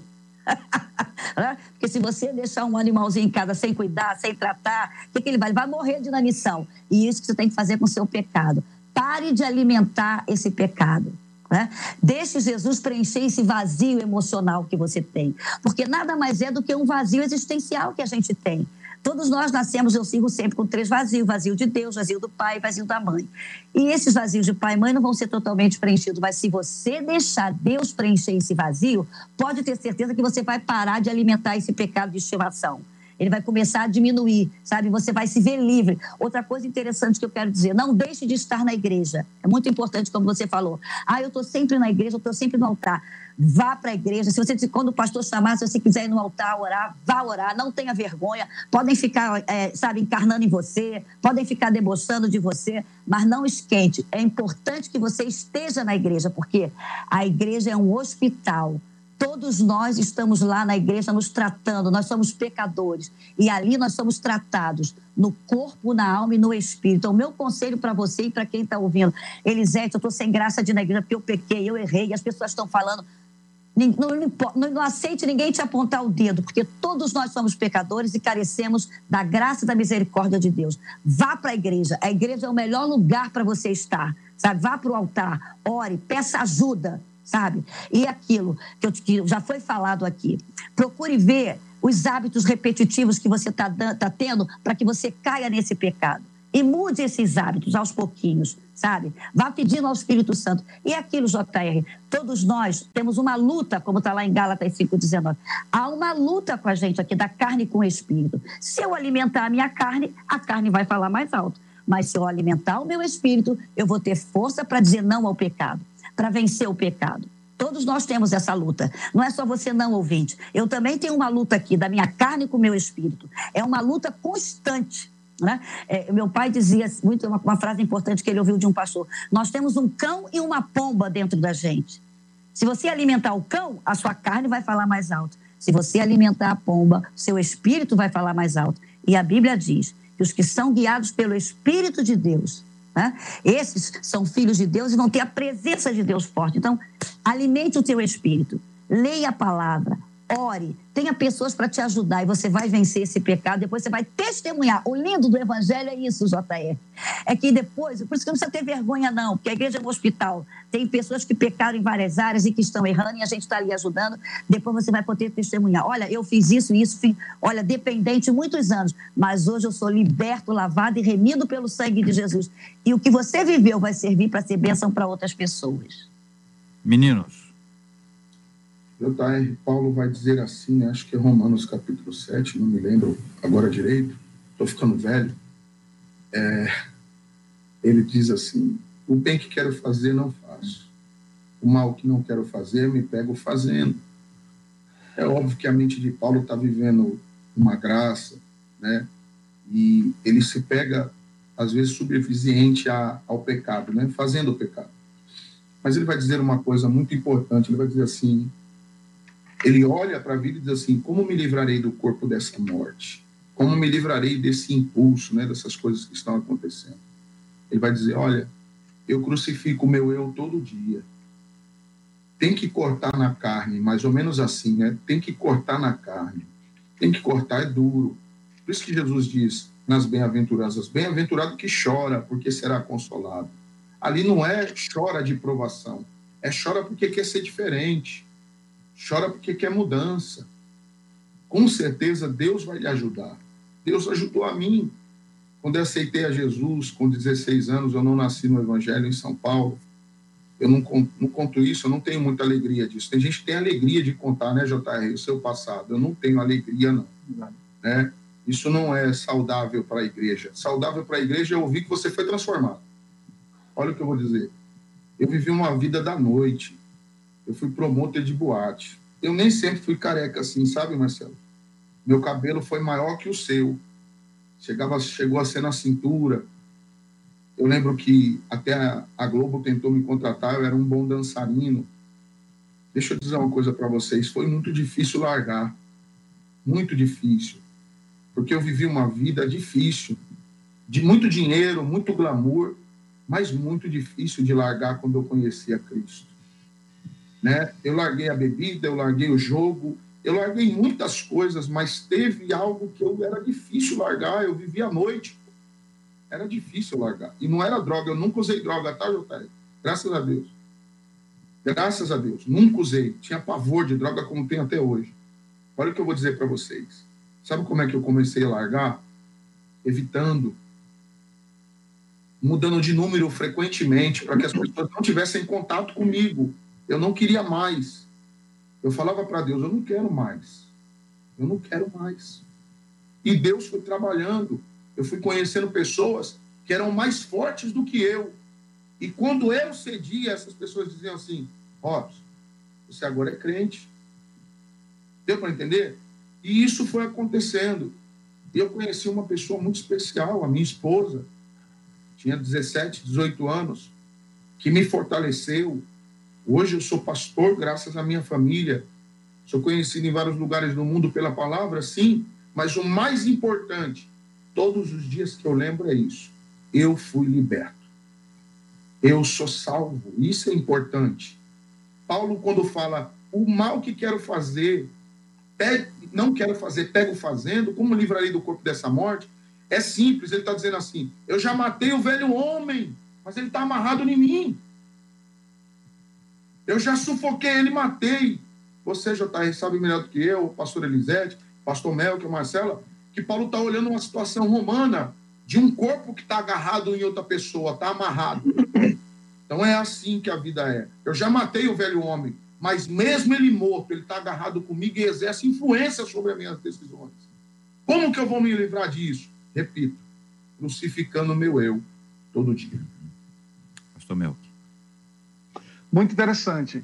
Porque se você deixar um animalzinho em casa sem cuidar, sem tratar, o que, que ele vai? Ele vai morrer de inanição. E isso que você tem que fazer com o seu pecado. Pare de alimentar esse pecado. Né? Deixe Jesus preencher esse vazio emocional que você tem. Porque nada mais é do que um vazio existencial que a gente tem. Todos nós nascemos, eu sigo sempre com três vazios: vazio de Deus, vazio do pai e vazio da mãe. E esses vazios de pai e mãe não vão ser totalmente preenchidos, mas se você deixar Deus preencher esse vazio, pode ter certeza que você vai parar de alimentar esse pecado de estimação. Ele vai começar a diminuir, sabe? Você vai se ver livre. Outra coisa interessante que eu quero dizer, não deixe de estar na igreja. É muito importante, como você falou. Ah, eu estou sempre na igreja, eu estou sempre no altar. Vá para a igreja. Se você, quando o pastor chamar, se você quiser ir no altar orar, vá orar, não tenha vergonha. Podem ficar, é, sabe, encarnando em você, podem ficar debochando de você, mas não esquente. É importante que você esteja na igreja, porque a igreja é um hospital. Todos nós estamos lá na igreja nos tratando, nós somos pecadores. E ali nós somos tratados no corpo, na alma e no espírito. Então, o meu conselho para você e para quem está ouvindo: Elisete, eu estou sem graça de ir na igreja porque eu pequei, eu errei, e as pessoas estão falando. Não, não, não, não aceite ninguém te apontar o dedo, porque todos nós somos pecadores e carecemos da graça e da misericórdia de Deus. Vá para a igreja. A igreja é o melhor lugar para você estar. sabe? Vá para o altar, ore, peça ajuda, sabe? E aquilo que, eu, que já foi falado aqui, procure ver os hábitos repetitivos que você está tá tendo para que você caia nesse pecado. E mude esses hábitos aos pouquinhos, sabe? Vá pedindo ao Espírito Santo. E aquilo, J R, todos nós temos uma luta, como está lá em Gálatas cinco, dezenove. Há uma luta com a gente aqui, da carne com o Espírito. Se eu alimentar a minha carne, a carne vai falar mais alto. Mas se eu alimentar o meu Espírito, eu vou ter força para dizer não ao pecado, para vencer o pecado. Todos nós temos essa luta. Não é só você não, ouvinte. Eu também tenho uma luta aqui, da minha carne com o meu Espírito. É uma luta constante. Né? É, meu pai dizia muito, uma, uma frase importante que ele ouviu de um pastor: nós temos um cão e uma pomba dentro da gente. Se você alimentar o cão, a sua carne vai falar mais alto. Se você alimentar a pomba, seu espírito vai falar mais alto. E a Bíblia diz que os que são guiados pelo Espírito de Deus, né? Esses são filhos de Deus e vão ter a presença de Deus forte. Então, alimente o teu espírito, leia a palavra, ore, tenha pessoas para te ajudar e você vai vencer esse pecado, depois você vai testemunhar. O lindo do Evangelho é isso, J R. É que depois, por isso que não precisa ter vergonha não, porque a igreja é um hospital, tem pessoas que pecaram em várias áreas e que estão errando e a gente está ali ajudando, depois você vai poder testemunhar. Olha, eu fiz isso e isso, olha, dependente muitos anos, mas hoje eu sou liberto, lavado e remido pelo sangue de Jesus. E o que você viveu vai servir para ser bênção para outras pessoas. Meninos. J R, Paulo vai dizer assim, né? Acho que é Romanos capítulo sete, não me lembro agora direito, estou ficando velho. É, ele diz assim: o bem que quero fazer não faço, o mal que não quero fazer me pego fazendo. É óbvio que a mente de Paulo está vivendo uma graça, né? E ele se pega, às vezes, subserviente ao pecado, né? Fazendo o pecado. Mas ele vai dizer uma coisa muito importante, ele vai dizer assim, ele olha para a vida e diz assim: como me livrarei do corpo dessa morte? Como me livrarei desse impulso, né, dessas coisas que estão acontecendo? Ele vai dizer: olha, eu crucifico o meu eu todo dia. Tem que cortar na carne, mais ou menos assim, né? Tem que cortar na carne. Tem que cortar, é duro. Por isso que Jesus diz nas bem-aventuranças: bem-aventurado que chora, porque será consolado. Ali não é chora de provação, é chora porque quer ser diferente. Chora porque quer mudança. Com certeza Deus vai lhe ajudar. Deus ajudou a mim. Quando eu aceitei a Jesus, com dezesseis anos, eu não nasci no Evangelho em São Paulo. Eu não conto, não conto isso, eu não tenho muita alegria disso. Tem gente que tem alegria de contar, né, J R, o seu passado. Eu não tenho alegria, não. Né? Isso não é saudável para a igreja. Saudável para a igreja é ouvir que você foi transformado. Olha o que eu vou dizer. Eu vivi uma vida da noite. Eu fui promotor de boate. Eu nem sempre fui careca assim, sabe, Marcelo? Meu cabelo foi maior que o seu. Chegava, chegou a ser na cintura. Eu lembro que até a Globo tentou me contratar, eu era um bom dançarino. Deixa eu dizer uma coisa para vocês. Foi muito difícil largar. Muito difícil. Porque eu vivi uma vida difícil. De muito dinheiro, muito glamour, mas muito difícil de largar quando eu conheci a Cristo. Né? Eu larguei a bebida, eu larguei o jogo, eu larguei muitas coisas, mas teve algo que eu era difícil largar. Eu vivia à noite, era difícil largar. E não era droga, eu nunca usei droga, tá, J R? Graças a Deus. Graças a Deus, nunca usei. Tinha pavor de droga como tem até hoje. Olha o que eu vou dizer para vocês. Sabe como é que eu comecei a largar? Evitando. Mudando de número frequentemente, para que as pessoas não tivessem contato comigo. Eu não queria mais. Eu falava para Deus: eu não quero mais. Eu não quero mais. E Deus foi trabalhando. Eu fui conhecendo pessoas que eram mais fortes do que eu. E quando eu cedia, essas pessoas diziam assim: Robson, você agora é crente. Deu para entender? E isso foi acontecendo. E eu conheci uma pessoa muito especial, a minha esposa. Tinha dezessete, dezoito anos, que me fortaleceu. Hoje eu sou pastor graças à minha família. Sou conhecido em vários lugares do mundo pela palavra, sim, mas o mais importante, todos os dias que eu lembro é isso: eu fui liberto. Eu sou salvo. Isso é importante. Paulo, quando fala o mal que quero fazer, pego, não quero fazer, pego fazendo, como livrarei do corpo dessa morte? É simples, ele está dizendo assim: eu já matei o velho homem mas ele está amarrado em mim. Eu já sufoquei ele, matei. Você, J R, sabe melhor do que eu, pastor Elisete, pastor Melchior, Marcela, que Paulo está olhando uma situação romana de um corpo que está agarrado em outra pessoa, está amarrado. Então é assim que a vida é. Eu já matei o velho homem, mas mesmo ele morto, ele está agarrado comigo e exerce influência sobre as minhas decisões. Como que eu vou me livrar disso? Repito, crucificando o meu eu todo dia. Pastor Melchior. Muito interessante.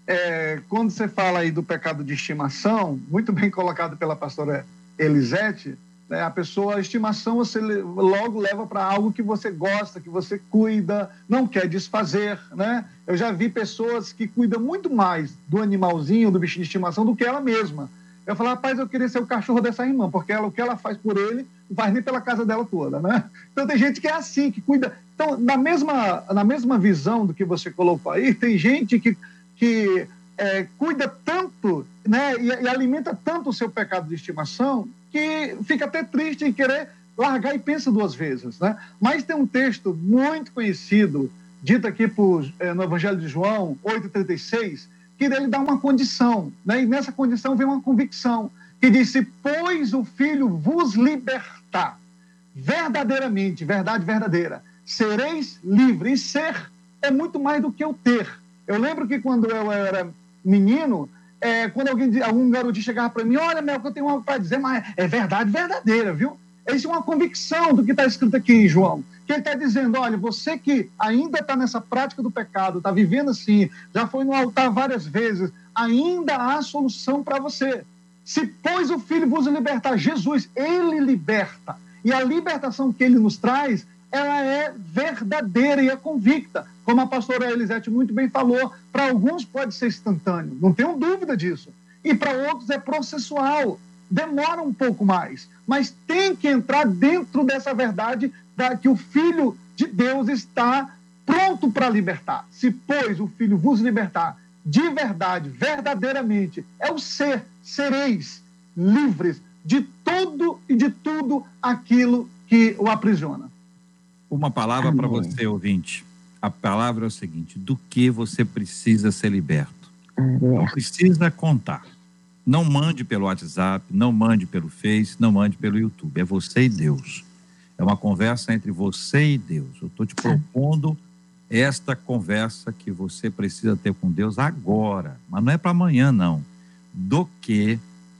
É, quando você fala aí do pecado de estimação, muito bem colocado pela pastora Elisete, né, a pessoa, a estimação, você logo leva para algo que você gosta, que você cuida, não quer desfazer, né? Eu já vi pessoas que cuidam muito mais do animalzinho, do bichinho de estimação, do que ela mesma. Eu falo, rapaz, eu queria ser o cachorro dessa irmã, porque ela, o que ela faz por ele, não faz nem pela casa dela toda, né? Então tem gente que é assim, que cuida. Então, na mesma, na mesma visão do que você colocou aí, tem gente que, que é, cuida tanto, né, e, e alimenta tanto o seu pecado de estimação, que fica até triste em querer largar e pensa duas vezes, né? Mas tem um texto muito conhecido, dito aqui por, é, no Evangelho de João, oito, trinta e seis, que ele dá uma condição, né? E nessa condição vem uma convicção, que diz, se pois o Filho vos libertar, verdadeiramente, verdade verdadeira, sereis livres. E ser é muito mais do que o ter. Eu lembro que quando eu era menino, é, quando alguém, algum garotinho chegava para mim, olha, Mel, que eu tenho algo para dizer, mas é verdade verdadeira, viu? Isso é uma convicção do que está escrito aqui em João. Que ele está dizendo, olha, você que ainda está nessa prática do pecado, está vivendo assim, já foi no altar várias vezes, ainda há solução para você. Se, pois, o Filho vos libertar, Jesus, ele liberta. E a libertação que ele nos traz, ela é verdadeira e é convicta. Como a pastora Elisete muito bem falou, para alguns pode ser instantâneo, não tenho dúvida disso. E para outros é processual. Demora um pouco mais, mas tem que entrar dentro dessa verdade da, que o Filho de Deus está pronto para libertar. Se, pois, o Filho vos libertar de verdade, verdadeiramente, é o ser, sereis livres de tudo e de tudo aquilo que o aprisiona. Uma palavra para você, ouvinte. A palavra é o seguinte, do que você precisa ser liberto? Não precisa contar. Não mande pelo WhatsApp, não mande pelo Face, não mande pelo YouTube. É você e Deus. É uma conversa entre você e Deus. Eu estou te propondo esta conversa que você precisa ter com Deus agora. Mas não é para amanhã, não. Do que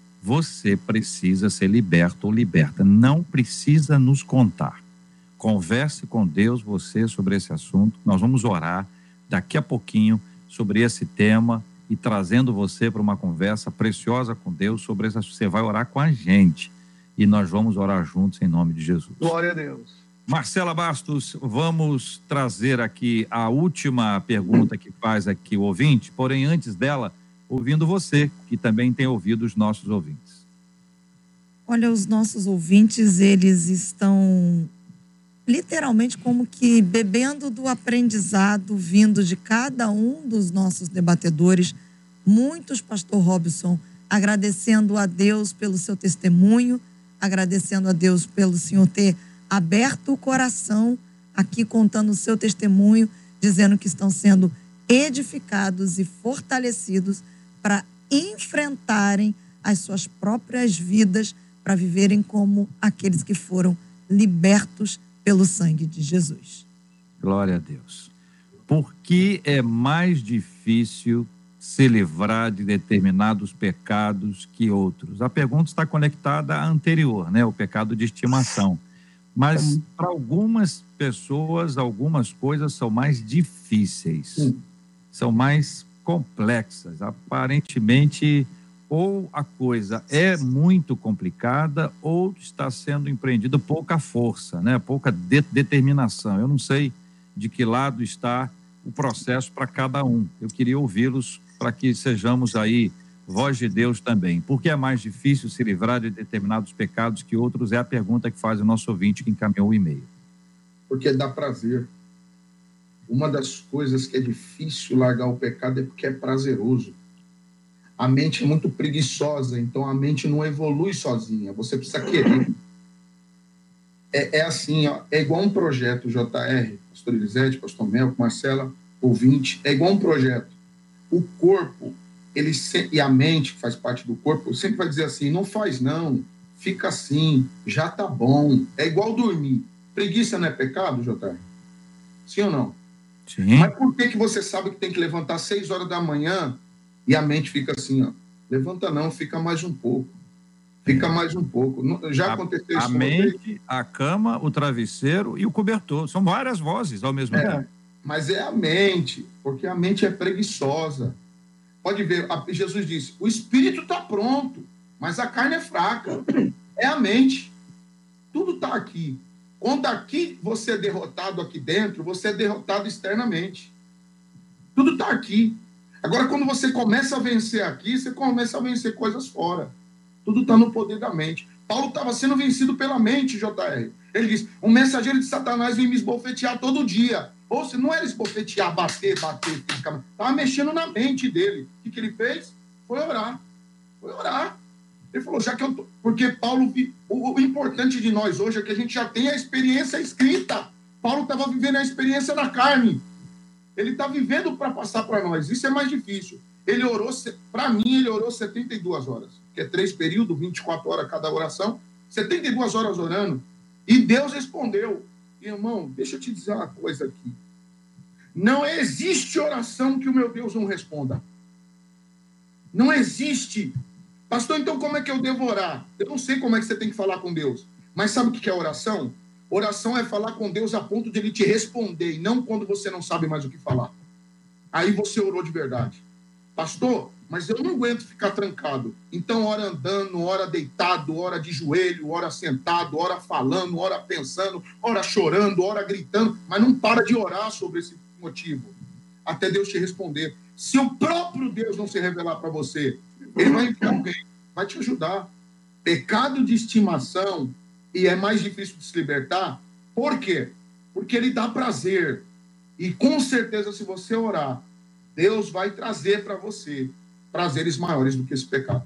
você precisa ser liberto ou liberta. Não precisa nos contar. Converse com Deus, você, sobre esse assunto. Nós vamos orar daqui a pouquinho sobre esse tema e trazendo você para uma conversa preciosa com Deus sobre essa. Você vai orar com a gente e nós vamos orar juntos em nome de Jesus. Glória a Deus. Marcela Bastos, vamos trazer aqui a última pergunta que faz aqui o ouvinte, porém antes dela, ouvindo você, que também tem ouvido os nossos ouvintes. Olha, os nossos ouvintes, eles estão literalmente como que bebendo do aprendizado vindo de cada um dos nossos debatedores. Muitos, pastor Robson, agradecendo a Deus pelo seu testemunho, agradecendo a Deus pelo Senhor ter aberto o coração aqui contando o seu testemunho, dizendo que estão sendo edificados e fortalecidos para enfrentarem as suas próprias vidas, para viverem como aqueles que foram libertos pelo sangue de Jesus. Glória a Deus. Por que é mais difícil se livrar de determinados pecados que outros? A pergunta está conectada à anterior, né? O pecado de estimação. Mas para algumas pessoas, algumas coisas são mais difíceis, Sim. são mais complexas. Aparentemente, ou a coisa é muito complicada ou está sendo empreendida pouca força, né? Pouca de determinação. Eu não sei de que lado está o processo para cada um. Eu queria ouvi-los para que sejamos aí voz de Deus também. Por que é mais difícil se livrar de determinados pecados que outros? É a pergunta que faz o nosso ouvinte que encaminhou o e-mail. Porque dá prazer. Uma das coisas que é difícil largar o pecado é porque é prazeroso. A mente é muito preguiçosa, então a mente não evolui sozinha. Você precisa querer. é, é assim, ó, é igual um projeto, J R, pastor Elisete, pastor Melco, Marcela, ouvinte, é igual um projeto. O corpo, ele se, e a mente, que faz parte do corpo, sempre vai dizer assim, não faz não, fica assim, já tá bom. É igual dormir. Preguiça não é pecado, J R? Sim ou não? Sim. Mas por que, que você sabe que tem que levantar às seis horas da manhã e a mente fica assim, ó, levanta não, fica mais um pouco. Fica mais um pouco. Já a, aconteceu isso a mente, a cama, o travesseiro e o cobertor. São várias vozes ao mesmo é, tempo. Mas é a mente, porque a mente é preguiçosa. Pode ver, a, Jesus disse, o espírito está pronto, mas a carne é fraca. É a mente. Tudo está aqui. Quando aqui você é derrotado aqui dentro, você é derrotado externamente. Tudo está aqui. Agora, quando você começa a vencer aqui, você começa a vencer coisas fora. Tudo está no poder da mente. Paulo estava sendo vencido pela mente, J R. Ele diz, um mensageiro de Satanás vem me esbofetear todo dia. Ou se não era esbofetear, bater, bater, fisicamente. Estava mexendo na mente dele. O que, que ele fez? Foi orar. Foi orar. Ele falou, já que eu tô... Porque Paulo... O, o importante de nós hoje é que a gente já tem a experiência escrita. Paulo estava vivendo a experiência da carne. Ele está vivendo para passar para nós. Isso é mais difícil. Ele orou, para mim, ele orou setenta e duas horas. Que é três períodos, vinte e quatro horas cada oração. setenta e duas horas orando. E Deus respondeu. Irmão, deixa eu te dizer uma coisa aqui. Não existe oração que o meu Deus não responda. Não existe. Pastor, então como é que eu devo orar? Eu não sei como é que você tem que falar com Deus. Mas sabe o que é oração? Oração é falar com Deus a ponto de Ele te responder, e não quando você não sabe mais o que falar. Aí você orou de verdade. Pastor, mas eu não aguento ficar trancado. Então, ora andando, ora deitado, ora de joelho, ora sentado, ora falando, ora pensando, ora chorando, ora gritando, mas não para de orar sobre esse motivo, até Deus te responder. Se o próprio Deus não se revelar para você, Ele vai enviar alguém, vai te ajudar. Pecado de estimação, e é mais difícil de se libertar, por quê? Porque ele dá prazer. E com certeza, se você orar, Deus vai trazer para você prazeres maiores do que esse pecado.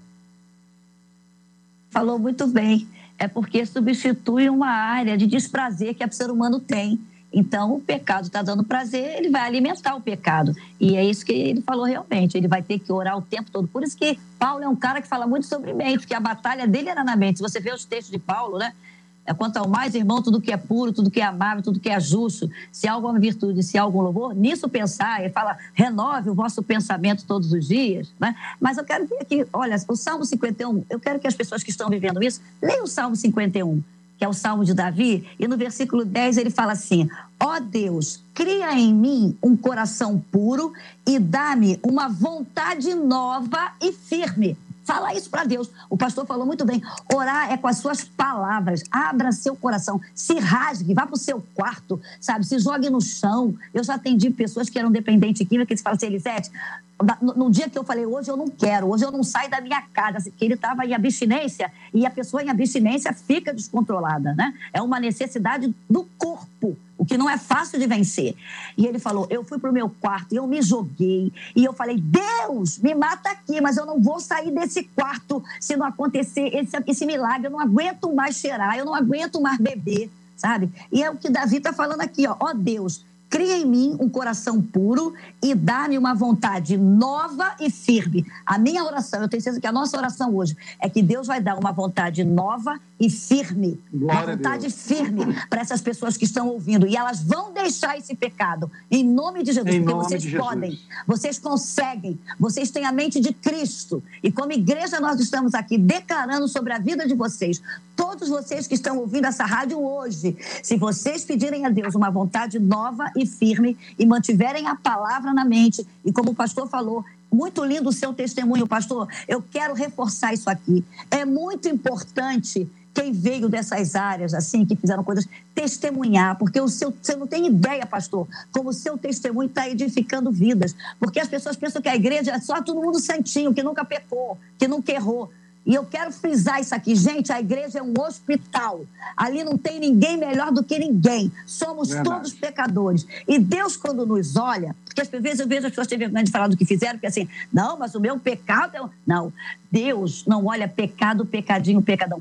Falou muito bem. É porque substitui uma área de desprazer que o ser humano tem. Então, o pecado está dando prazer, ele vai alimentar o pecado. E é isso que ele falou realmente. Ele vai ter que orar o tempo todo. Por isso que Paulo é um cara que fala muito sobre mente, porque a batalha dele era na mente. Se você vê os textos de Paulo, né? É, quanto ao mais, irmão, tudo que é puro, tudo que é amável, tudo que é justo, se há alguma virtude, se há algum louvor, nisso pensar. Ele fala, renove o vosso pensamento todos os dias. Né? Mas eu quero ver aqui, olha, o Salmo cinquenta e um, eu quero que as pessoas que estão vivendo isso, leiam o Salmo cinquenta e um, que é o Salmo de Davi, e no versículo dez ele fala assim, ó Deus, cria em mim um coração puro e dá-me uma vontade nova e firme. Fala isso para Deus. O pastor falou muito bem. Orar é com as suas palavras. Abra seu coração. Se rasgue. Vá para o seu quarto, sabe? Se jogue no chão. Eu já atendi pessoas que eram dependentes químicas que falam assim, Elisete, no, no dia que eu falei, hoje eu não quero, hoje eu não saio da minha casa, que ele estava em abstinência, e a pessoa em abstinência fica descontrolada, né? É uma necessidade do corpo, o que não é fácil de vencer. E ele falou, eu fui para o meu quarto, eu me joguei, e eu falei, Deus, me mata aqui, mas eu não vou sair desse quarto se não acontecer esse, esse milagre, eu não aguento mais cheirar, eu não aguento mais beber, sabe? E é o que Davi está falando aqui, ó, ó Deus, cria em mim um coração puro e dá-me uma vontade nova e firme. A minha oração, eu tenho certeza que a nossa oração hoje é que Deus vai dar uma vontade nova e firme. Glória uma vontade firme para essas pessoas que estão ouvindo. E elas vão deixar esse pecado em nome de Jesus. Em porque vocês podem, Jesus. Vocês conseguem, vocês têm a mente de Cristo. E como igreja nós estamos aqui declarando sobre a vida de vocês. Todos vocês que estão ouvindo essa rádio hoje, se vocês pedirem a Deus uma vontade nova e firme e mantiverem a palavra na mente, e como o pastor falou, muito lindo o seu testemunho, pastor, eu quero reforçar isso aqui. É muito importante quem veio dessas áreas, assim, que fizeram coisas, testemunhar, porque o seu, você não tem ideia, pastor, como o seu testemunho está edificando vidas, porque as pessoas pensam que a igreja é só todo mundo santinho, que nunca pecou, que nunca errou. E eu quero frisar isso aqui. Gente, a igreja é um hospital. Ali não tem ninguém melhor do que ninguém. Somos Verdade. Todos pecadores. E Deus, quando nos olha... Porque às vezes eu vejo as pessoas têm vergonha de falar do que fizeram, porque assim, não, mas o meu pecado... É... Não, Deus não olha pecado, pecadinho, pecadão. Pecado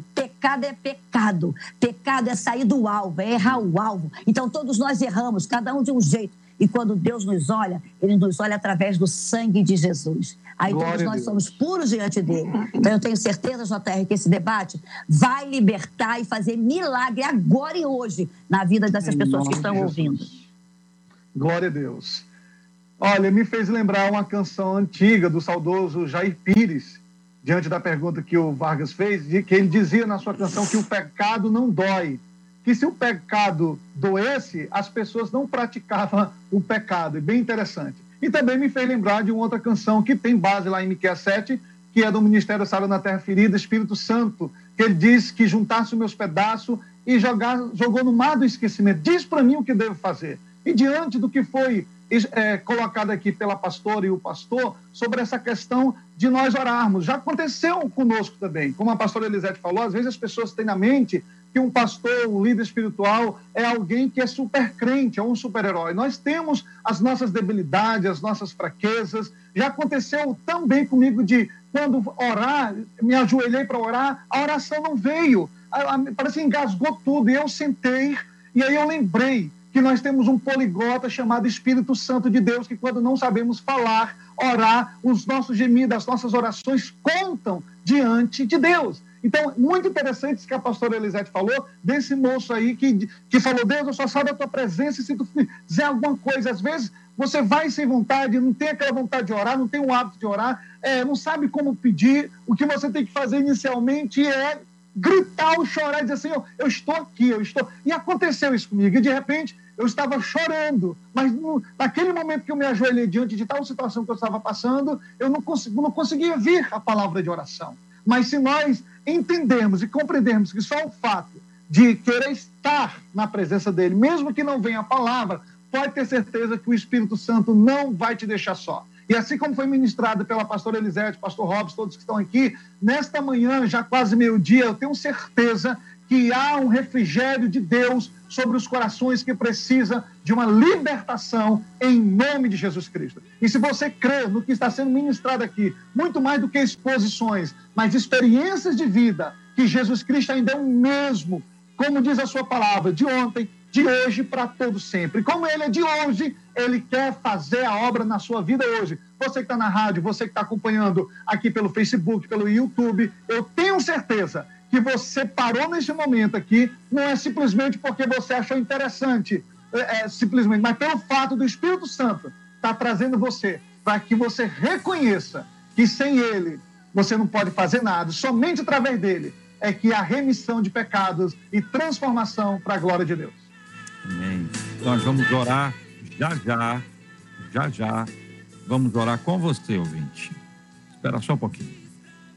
pecado é pecado. Pecado é sair do alvo, é errar o alvo. Então todos nós erramos, cada um de um jeito. E quando Deus nos olha, Ele nos olha através do sangue de Jesus. Aí Glória todos nós a Deus. somos puros diante dele. Então eu tenho certeza, J R, que esse debate vai libertar e fazer milagre agora e hoje na vida dessas Em pessoas nome que estão de ouvindo. Jesus. Glória a Deus. Olha, me fez lembrar uma canção antiga do saudoso Jair Pires, diante da pergunta que o Vargas fez, de que ele dizia na sua canção que o pecado não dói. Que se o pecado doesse, as pessoas não praticavam o pecado. É bem interessante. E também me fez lembrar de uma outra canção que tem base lá em Miqueias sete, que é do Ministério Sarando na Terra Ferida, Espírito Santo, que ele diz que juntasse os meus pedaços e jogar, jogou no mar do esquecimento. Diz para mim o que devo fazer. E diante do que foi é, colocado aqui pela pastora e o pastor, sobre essa questão de nós orarmos. Já aconteceu conosco também. Como a pastora Elisete falou, às vezes as pessoas têm na mente que um pastor, um líder espiritual é alguém que é super crente, é um super-herói. Nós temos as nossas debilidades, as nossas fraquezas. Já aconteceu também comigo de, quando orar, me ajoelhei para orar, a oração não veio. Parece que engasgou tudo. E eu sentei, e aí eu lembrei que nós temos um poliglota chamado Espírito Santo de Deus, que quando não sabemos falar, orar, os nossos gemidos, as nossas orações contam diante de Deus. Então, muito interessante isso que a pastora Elisete falou, desse moço aí que, que falou, Deus, eu só saio da tua presença e se tu fizer alguma coisa. Às vezes, você vai sem vontade, não tem aquela vontade de orar, não tem o hábito de orar, é, não sabe como pedir. O que você tem que fazer inicialmente é gritar ou chorar e dizer assim, eu, eu estou aqui, eu estou... E aconteceu isso comigo, e de repente eu estava chorando, mas no, naquele momento que eu me ajoelhei diante de tal situação que eu estava passando, eu não, consegui, não conseguia vir a palavra de oração. Mas se nós entendermos e compreendermos que só o fato de querer estar na presença dele, mesmo que não venha a palavra, pode ter certeza que o Espírito Santo não vai te deixar só. E assim como foi ministrado pela pastora Elisete, pastor Robson, todos que estão aqui, nesta manhã, já quase meio-dia, eu tenho certeza que há um refrigério de Deus sobre os corações que precisam de uma libertação em nome de Jesus Cristo. E se você crê no que está sendo ministrado aqui, muito mais do que exposições, mas experiências de vida, que Jesus Cristo ainda é o mesmo, como diz a sua palavra, de ontem, de hoje para todo sempre. Como ele é de hoje, ele quer fazer a obra na sua vida hoje. Você que está na rádio, você que está acompanhando aqui pelo Facebook, pelo YouTube, eu tenho certeza que você parou nesse momento aqui, não é simplesmente porque você achou interessante, é, é, simplesmente, mas pelo fato do Espírito Santo estar trazendo você, para que você reconheça que sem ele você não pode fazer nada, somente através dele é que há remissão de pecados e transformação para a glória de Deus. Amém. Nós vamos orar já já, já já, vamos orar com você, ouvinte. Espera só um pouquinho.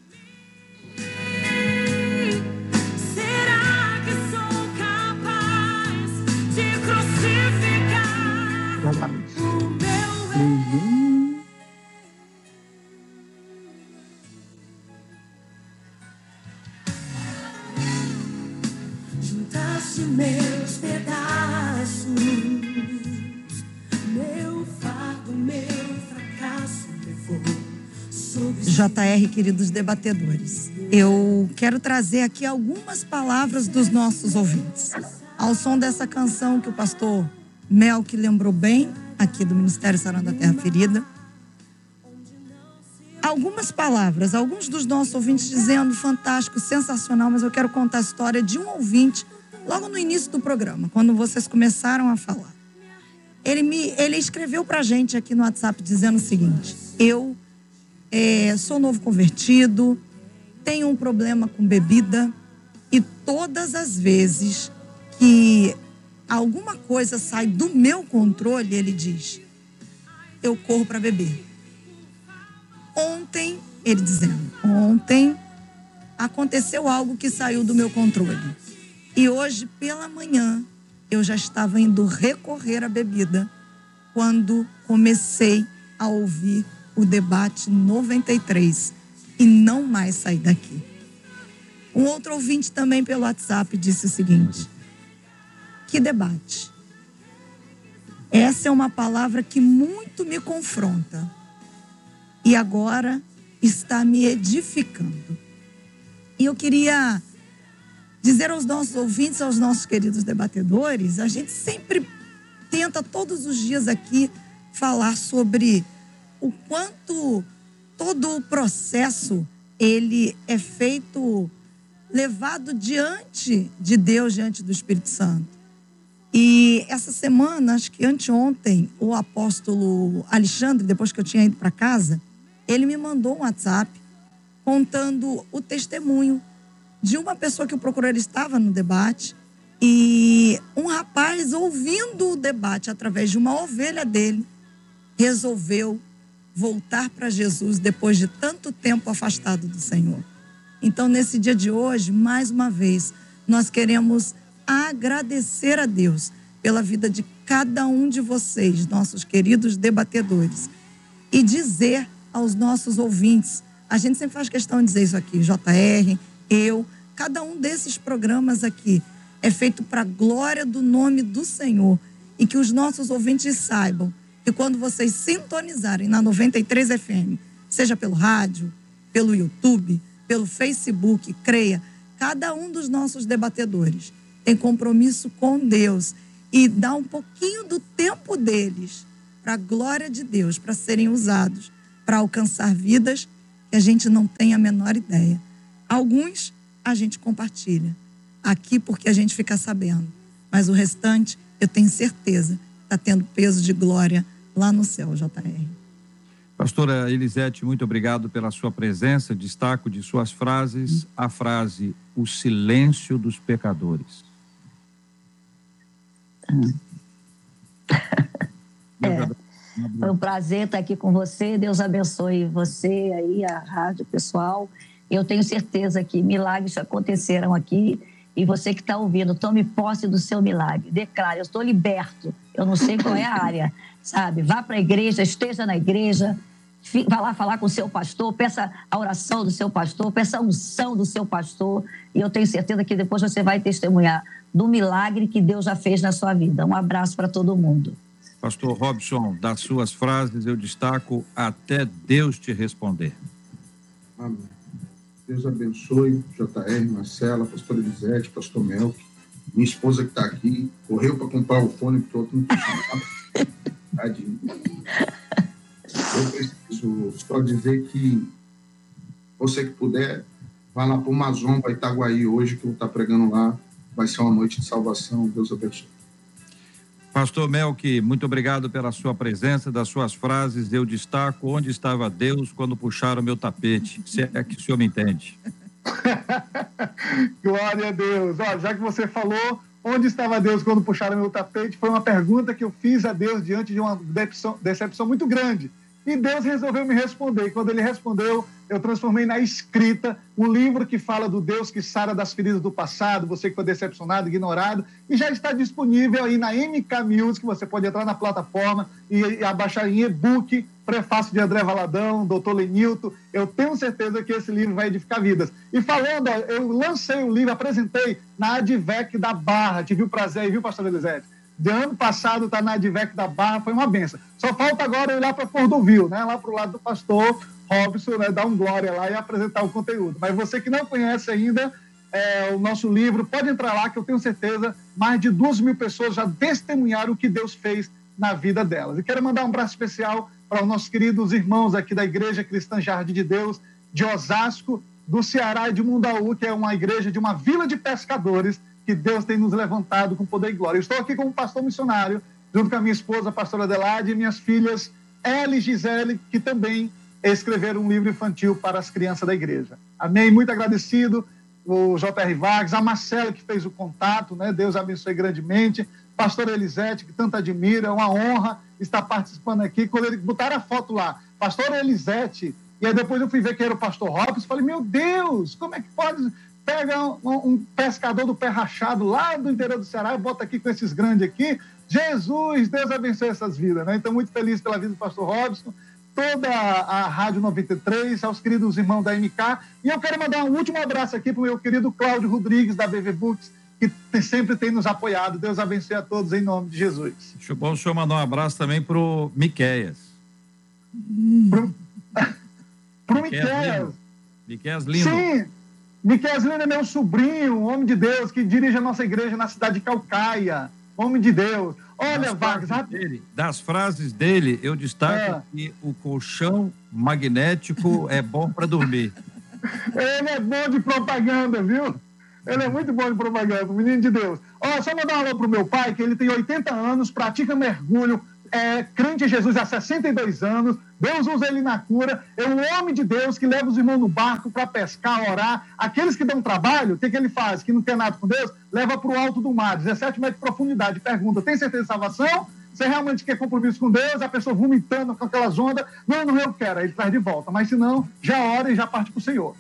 Uhum. Juntaste meus pedaços, meu fardo, meu fracasso levou sobre... J R, queridos debatedores, eu quero trazer aqui algumas palavras dos nossos ouvintes. Ao som dessa canção que o pastor Mel, que lembrou bem, aqui do Ministério Sarando a Terra Ferida. Algumas palavras, alguns dos nossos ouvintes dizendo fantástico, sensacional, mas eu quero contar a história de um ouvinte logo no início do programa, quando vocês começaram a falar. Ele, me, ele escreveu pra gente aqui no WhatsApp dizendo o seguinte: eu é, sou novo convertido, tenho um problema com bebida e todas as vezes que alguma coisa sai do meu controle, ele diz, eu corro para beber. Ontem, ele dizendo, ontem aconteceu algo que saiu do meu controle. E hoje, pela manhã, eu já estava indo recorrer à bebida quando comecei a ouvir o debate noventa e três e não mais saí daqui. Um outro ouvinte também pelo WhatsApp disse o seguinte: que debate. Essa é uma palavra que muito me confronta e agora está me edificando. E eu queria dizer aos nossos ouvintes, aos nossos queridos debatedores, a gente sempre tenta todos os dias aqui falar sobre o quanto todo o processo ele é feito, levado diante de Deus, diante do Espírito Santo. E essa semana, acho que anteontem, o apóstolo Alexandre, depois que eu tinha ido para casa, ele me mandou um WhatsApp contando o testemunho de uma pessoa que o procurador estava no debate e um rapaz, ouvindo o debate através de uma ovelha dele, resolveu voltar para Jesus depois de tanto tempo afastado do Senhor. Então, nesse dia de hoje, mais uma vez, nós queremos agradecer a Deus pela vida de cada um de vocês, nossos queridos debatedores, e dizer aos nossos ouvintes, a gente sempre faz questão de dizer isso aqui, J R, eu, cada um desses programas aqui é feito para a glória do nome do Senhor, e que os nossos ouvintes saibam que quando vocês sintonizarem na noventa e três F M, seja pelo rádio, pelo YouTube, pelo Facebook, creia, cada um dos nossos debatedores tem compromisso com Deus e dá um pouquinho do tempo deles para a glória de Deus, para serem usados, para alcançar vidas que a gente não tem a menor ideia. Alguns a gente compartilha aqui porque a gente fica sabendo, mas o restante, eu tenho certeza, está tendo peso de glória lá no céu, J R. Pastora Elisete, muito obrigado pela sua presença. Destaco de suas frases a frase, o silêncio dos pecadores. É, foi um prazer estar aqui com você. Deus abençoe você aí, a rádio, pessoal. Eu tenho certeza que milagres aconteceram aqui e você que está ouvindo, tome posse do seu milagre. Declare, eu estou liberto. Eu não sei qual é a área, sabe? Vá para a igreja, esteja na igreja, vá lá falar com o seu pastor, peça a oração do seu pastor, peça a unção do seu pastor e eu tenho certeza que depois você vai testemunhar do milagre que Deus já fez na sua vida. Um abraço para todo mundo. Pastor Robson, das suas frases eu destaco até Deus te responder. Amém. Deus abençoe, J R, Marcela, pastor Elisete, pastor Melk, minha esposa que está aqui, correu para comprar o fone porque eu tenho que chamar. Tadinho. Eu preciso só dizer que você que puder, vá lá para o Mazon, para Itaguaí hoje, que eu vou estar pregando lá. Vai ser uma noite de salvação. Deus abençoe. Pastor Melk, muito obrigado pela sua presença, das suas frases. Eu destaco onde estava Deus quando puxaram meu tapete, se é que o senhor me entende. Glória a Deus. Olha, já que você falou, onde estava Deus quando puxaram meu tapete, foi uma pergunta que eu fiz a Deus diante de uma decepção, decepção muito grande. E Deus resolveu me responder. E quando ele respondeu, eu transformei na escrita um livro que fala do Deus que sara das feridas do passado, você que foi decepcionado, ignorado, e já está disponível aí na M K Music, você pode entrar na plataforma e, e abaixar em e-book, prefácio de André Valadão, doutor Lenilton. Eu tenho certeza que esse livro vai edificar vidas. E falando, ó, eu lancei o livro, apresentei na Advec da Barra, tive o prazer aí, viu, pastor Elisete? De ano passado está na Advec da Barra, foi uma benção. Só falta agora eu ir lá para Cordovil, né? Lá para o lado do pastor Robson, né? Dar um glória lá e apresentar o conteúdo. Mas você que não conhece ainda é, o nosso livro, pode entrar lá que eu tenho certeza mais de duas mil pessoas já testemunharam o que Deus fez na vida delas. E quero mandar um abraço especial para os nossos queridos irmãos aqui da Igreja Cristã Jardim de Deus, de Osasco, do Ceará e de Mundaú, que é uma igreja de uma vila de pescadores, que Deus tem nos levantado com poder e glória. Eu estou aqui como pastor missionário, junto com a minha esposa, a pastora Adelaide, e minhas filhas, Ela e Gisele, que também escreveram um livro infantil para as crianças da igreja. Amém? Muito agradecido, o J R Vargas, a Marcela, que fez o contato, né? Deus abençoe grandemente, pastor Elisete, que tanto admira, é uma honra estar participando aqui. Quando eles botaram a foto lá, pastor Elisete, e aí depois eu fui ver que era o pastor Robson, falei, meu Deus, como é que pode... Pega um, um pescador do pé rachado lá do interior do Ceará e bota aqui com esses grandes aqui. Jesus, Deus abençoe essas vidas, né? Então, muito feliz pela vida do pastor Robson, toda a, a Rádio noventa e três, aos queridos irmãos da M K. E eu quero mandar um último abraço aqui para o meu querido Cláudio Rodrigues, da B V Books, que tem, sempre tem nos apoiado. Deus abençoe a todos em nome de Jesus. Acho bom o senhor mandar um abraço também para o Miqueias. Para o Miqueias. Miqueias lindo. Sim. Miqueslino é meu sobrinho, homem de Deus, que dirige a nossa igreja na cidade de Calcaia. Homem de Deus. Olha, Das Vargas, frases dele, das frases dele, eu destaco É. que o colchão magnético é bom para dormir. ele é bom de propaganda, viu? Ele é muito bom de propaganda, menino de Deus. Olha, só mandar um alô pro meu pai, que ele tem oitenta anos, pratica mergulho, é crente em Jesus há sessenta e dois anos, Deus usa ele na cura, é um homem de Deus que leva os irmãos no barco para pescar, orar. Aqueles que dão trabalho, o que, que ele faz? Que não tem nada com Deus, leva para o alto do mar, dezessete metros de profundidade. Pergunta, tem certeza de salvação? Você realmente quer compromisso com Deus? A pessoa vomitando com aquelas ondas? Não, não, eu quero. Aí ele traz de volta. Mas se não, já ora e já parte para o Senhor.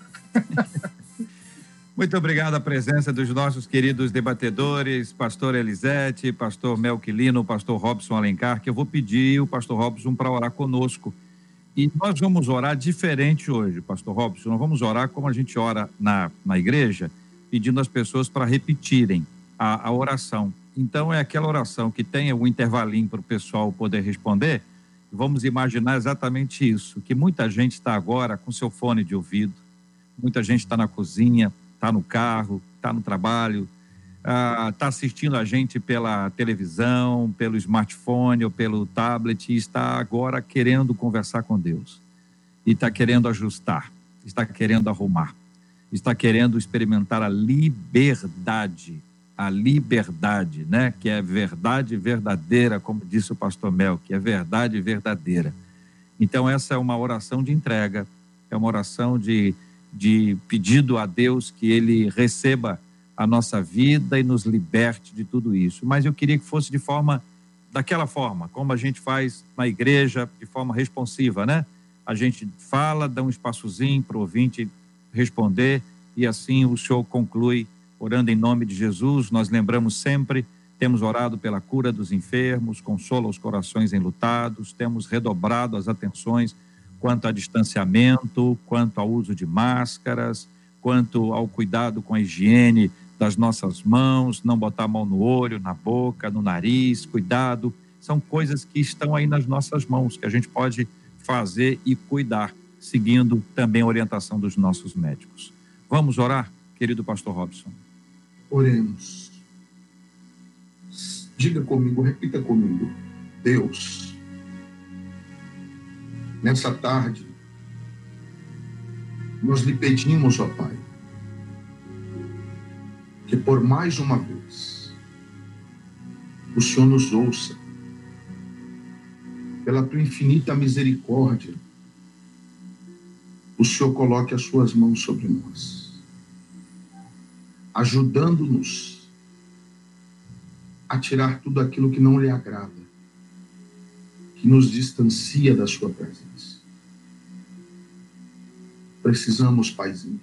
Muito obrigado a presença dos nossos queridos debatedores, pastor Elisete, pastor Melquilino, pastor Robson Alencar, que eu vou pedir o pastor Robson para orar conosco. E nós vamos orar diferente hoje, pastor Robson. Nós vamos orar como a gente ora na, na igreja, pedindo às pessoas para repetirem a, a oração. Então, é aquela oração que tem um intervalinho para o pessoal poder responder. Vamos imaginar exatamente isso, que muita gente está agora com seu fone de ouvido, muita gente está na cozinha, está no carro, está no trabalho, está assistindo a gente pela televisão, pelo smartphone ou pelo tablet e está agora querendo conversar com Deus. E está querendo ajustar, está querendo arrumar, está querendo experimentar a liberdade, a liberdade, né? Que é verdade verdadeira, como disse o pastor Mel, que é verdade verdadeira. Então essa é uma oração de entrega, é uma oração de de pedido a Deus que Ele receba a nossa vida e nos liberte de tudo isso. Mas eu queria que fosse de forma, daquela forma, como a gente faz na igreja, de forma responsiva, né? A gente fala, dá um espaçozinho para o ouvinte responder e assim o senhor conclui orando em nome de Jesus. Nós lembramos sempre, temos orado pela cura dos enfermos, consola os corações enlutados, temos redobrado as atenções quanto a distanciamento, quanto ao uso de máscaras, quanto ao cuidado com a higiene das nossas mãos, não botar a mão no olho, na boca, no nariz, cuidado. São coisas que estão aí nas nossas mãos, que a gente pode fazer e cuidar, seguindo também a orientação dos nossos médicos. Vamos orar, querido pastor Robson? Oremos. Diga comigo, repita comigo. Deus, nessa tarde, nós lhe pedimos, ó Pai, que por mais uma vez o Senhor nos ouça, pela tua infinita misericórdia, o Senhor coloque as suas mãos sobre nós, ajudando-nos a tirar tudo aquilo que não lhe agrada, que nos distancia da sua presença. Precisamos, Paizinho,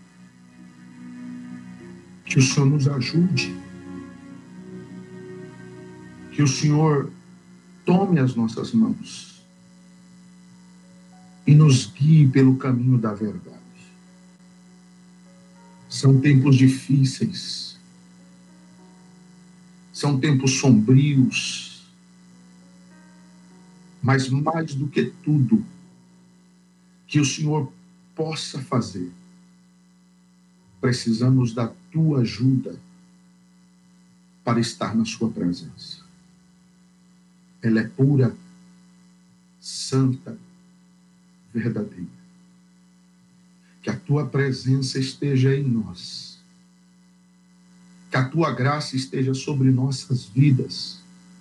que o Senhor nos ajude, que o Senhor tome as nossas mãos e nos guie pelo caminho da verdade. São tempos difíceis, são tempos sombrios, mas mais do que tudo, que o Senhor possa fazer, precisamos da tua ajuda para estar na sua presença. Ela é pura, santa, verdadeira. Que a tua presença esteja em nós, que a tua graça esteja sobre nossas vidas,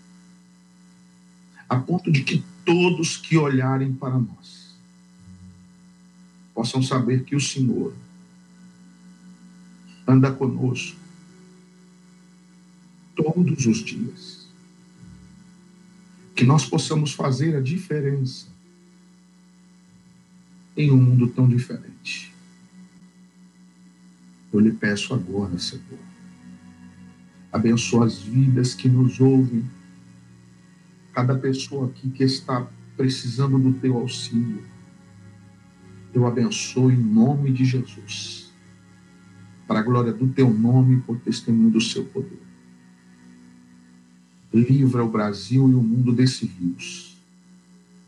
a ponto de que todos que olharem para nós possam saber que o Senhor anda conosco todos os dias. Que nós possamos fazer a diferença em um mundo tão diferente. Eu lhe peço agora, Senhor, abençoa as vidas que nos ouvem, cada pessoa aqui que está precisando do teu auxílio. Eu abençoo em nome de Jesus, para a glória do teu nome e por testemunho do seu poder. Livra o Brasil e o mundo desse vírus.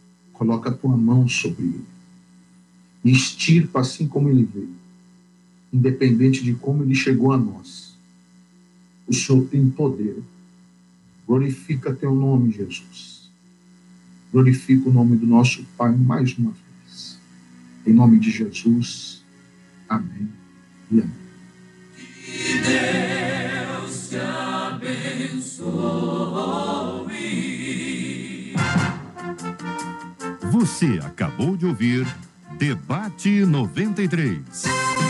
Coloca a tua mão sobre ele. E extirpa assim como ele veio. independente de como ele chegou a nós. O Senhor tem poder. Glorifica teu nome, Jesus. Glorifica o nome do nosso Pai mais uma vez. Em nome de Jesus. Amém e amém. Que Deus te abençoe. Você acabou de ouvir Debate noventa e três.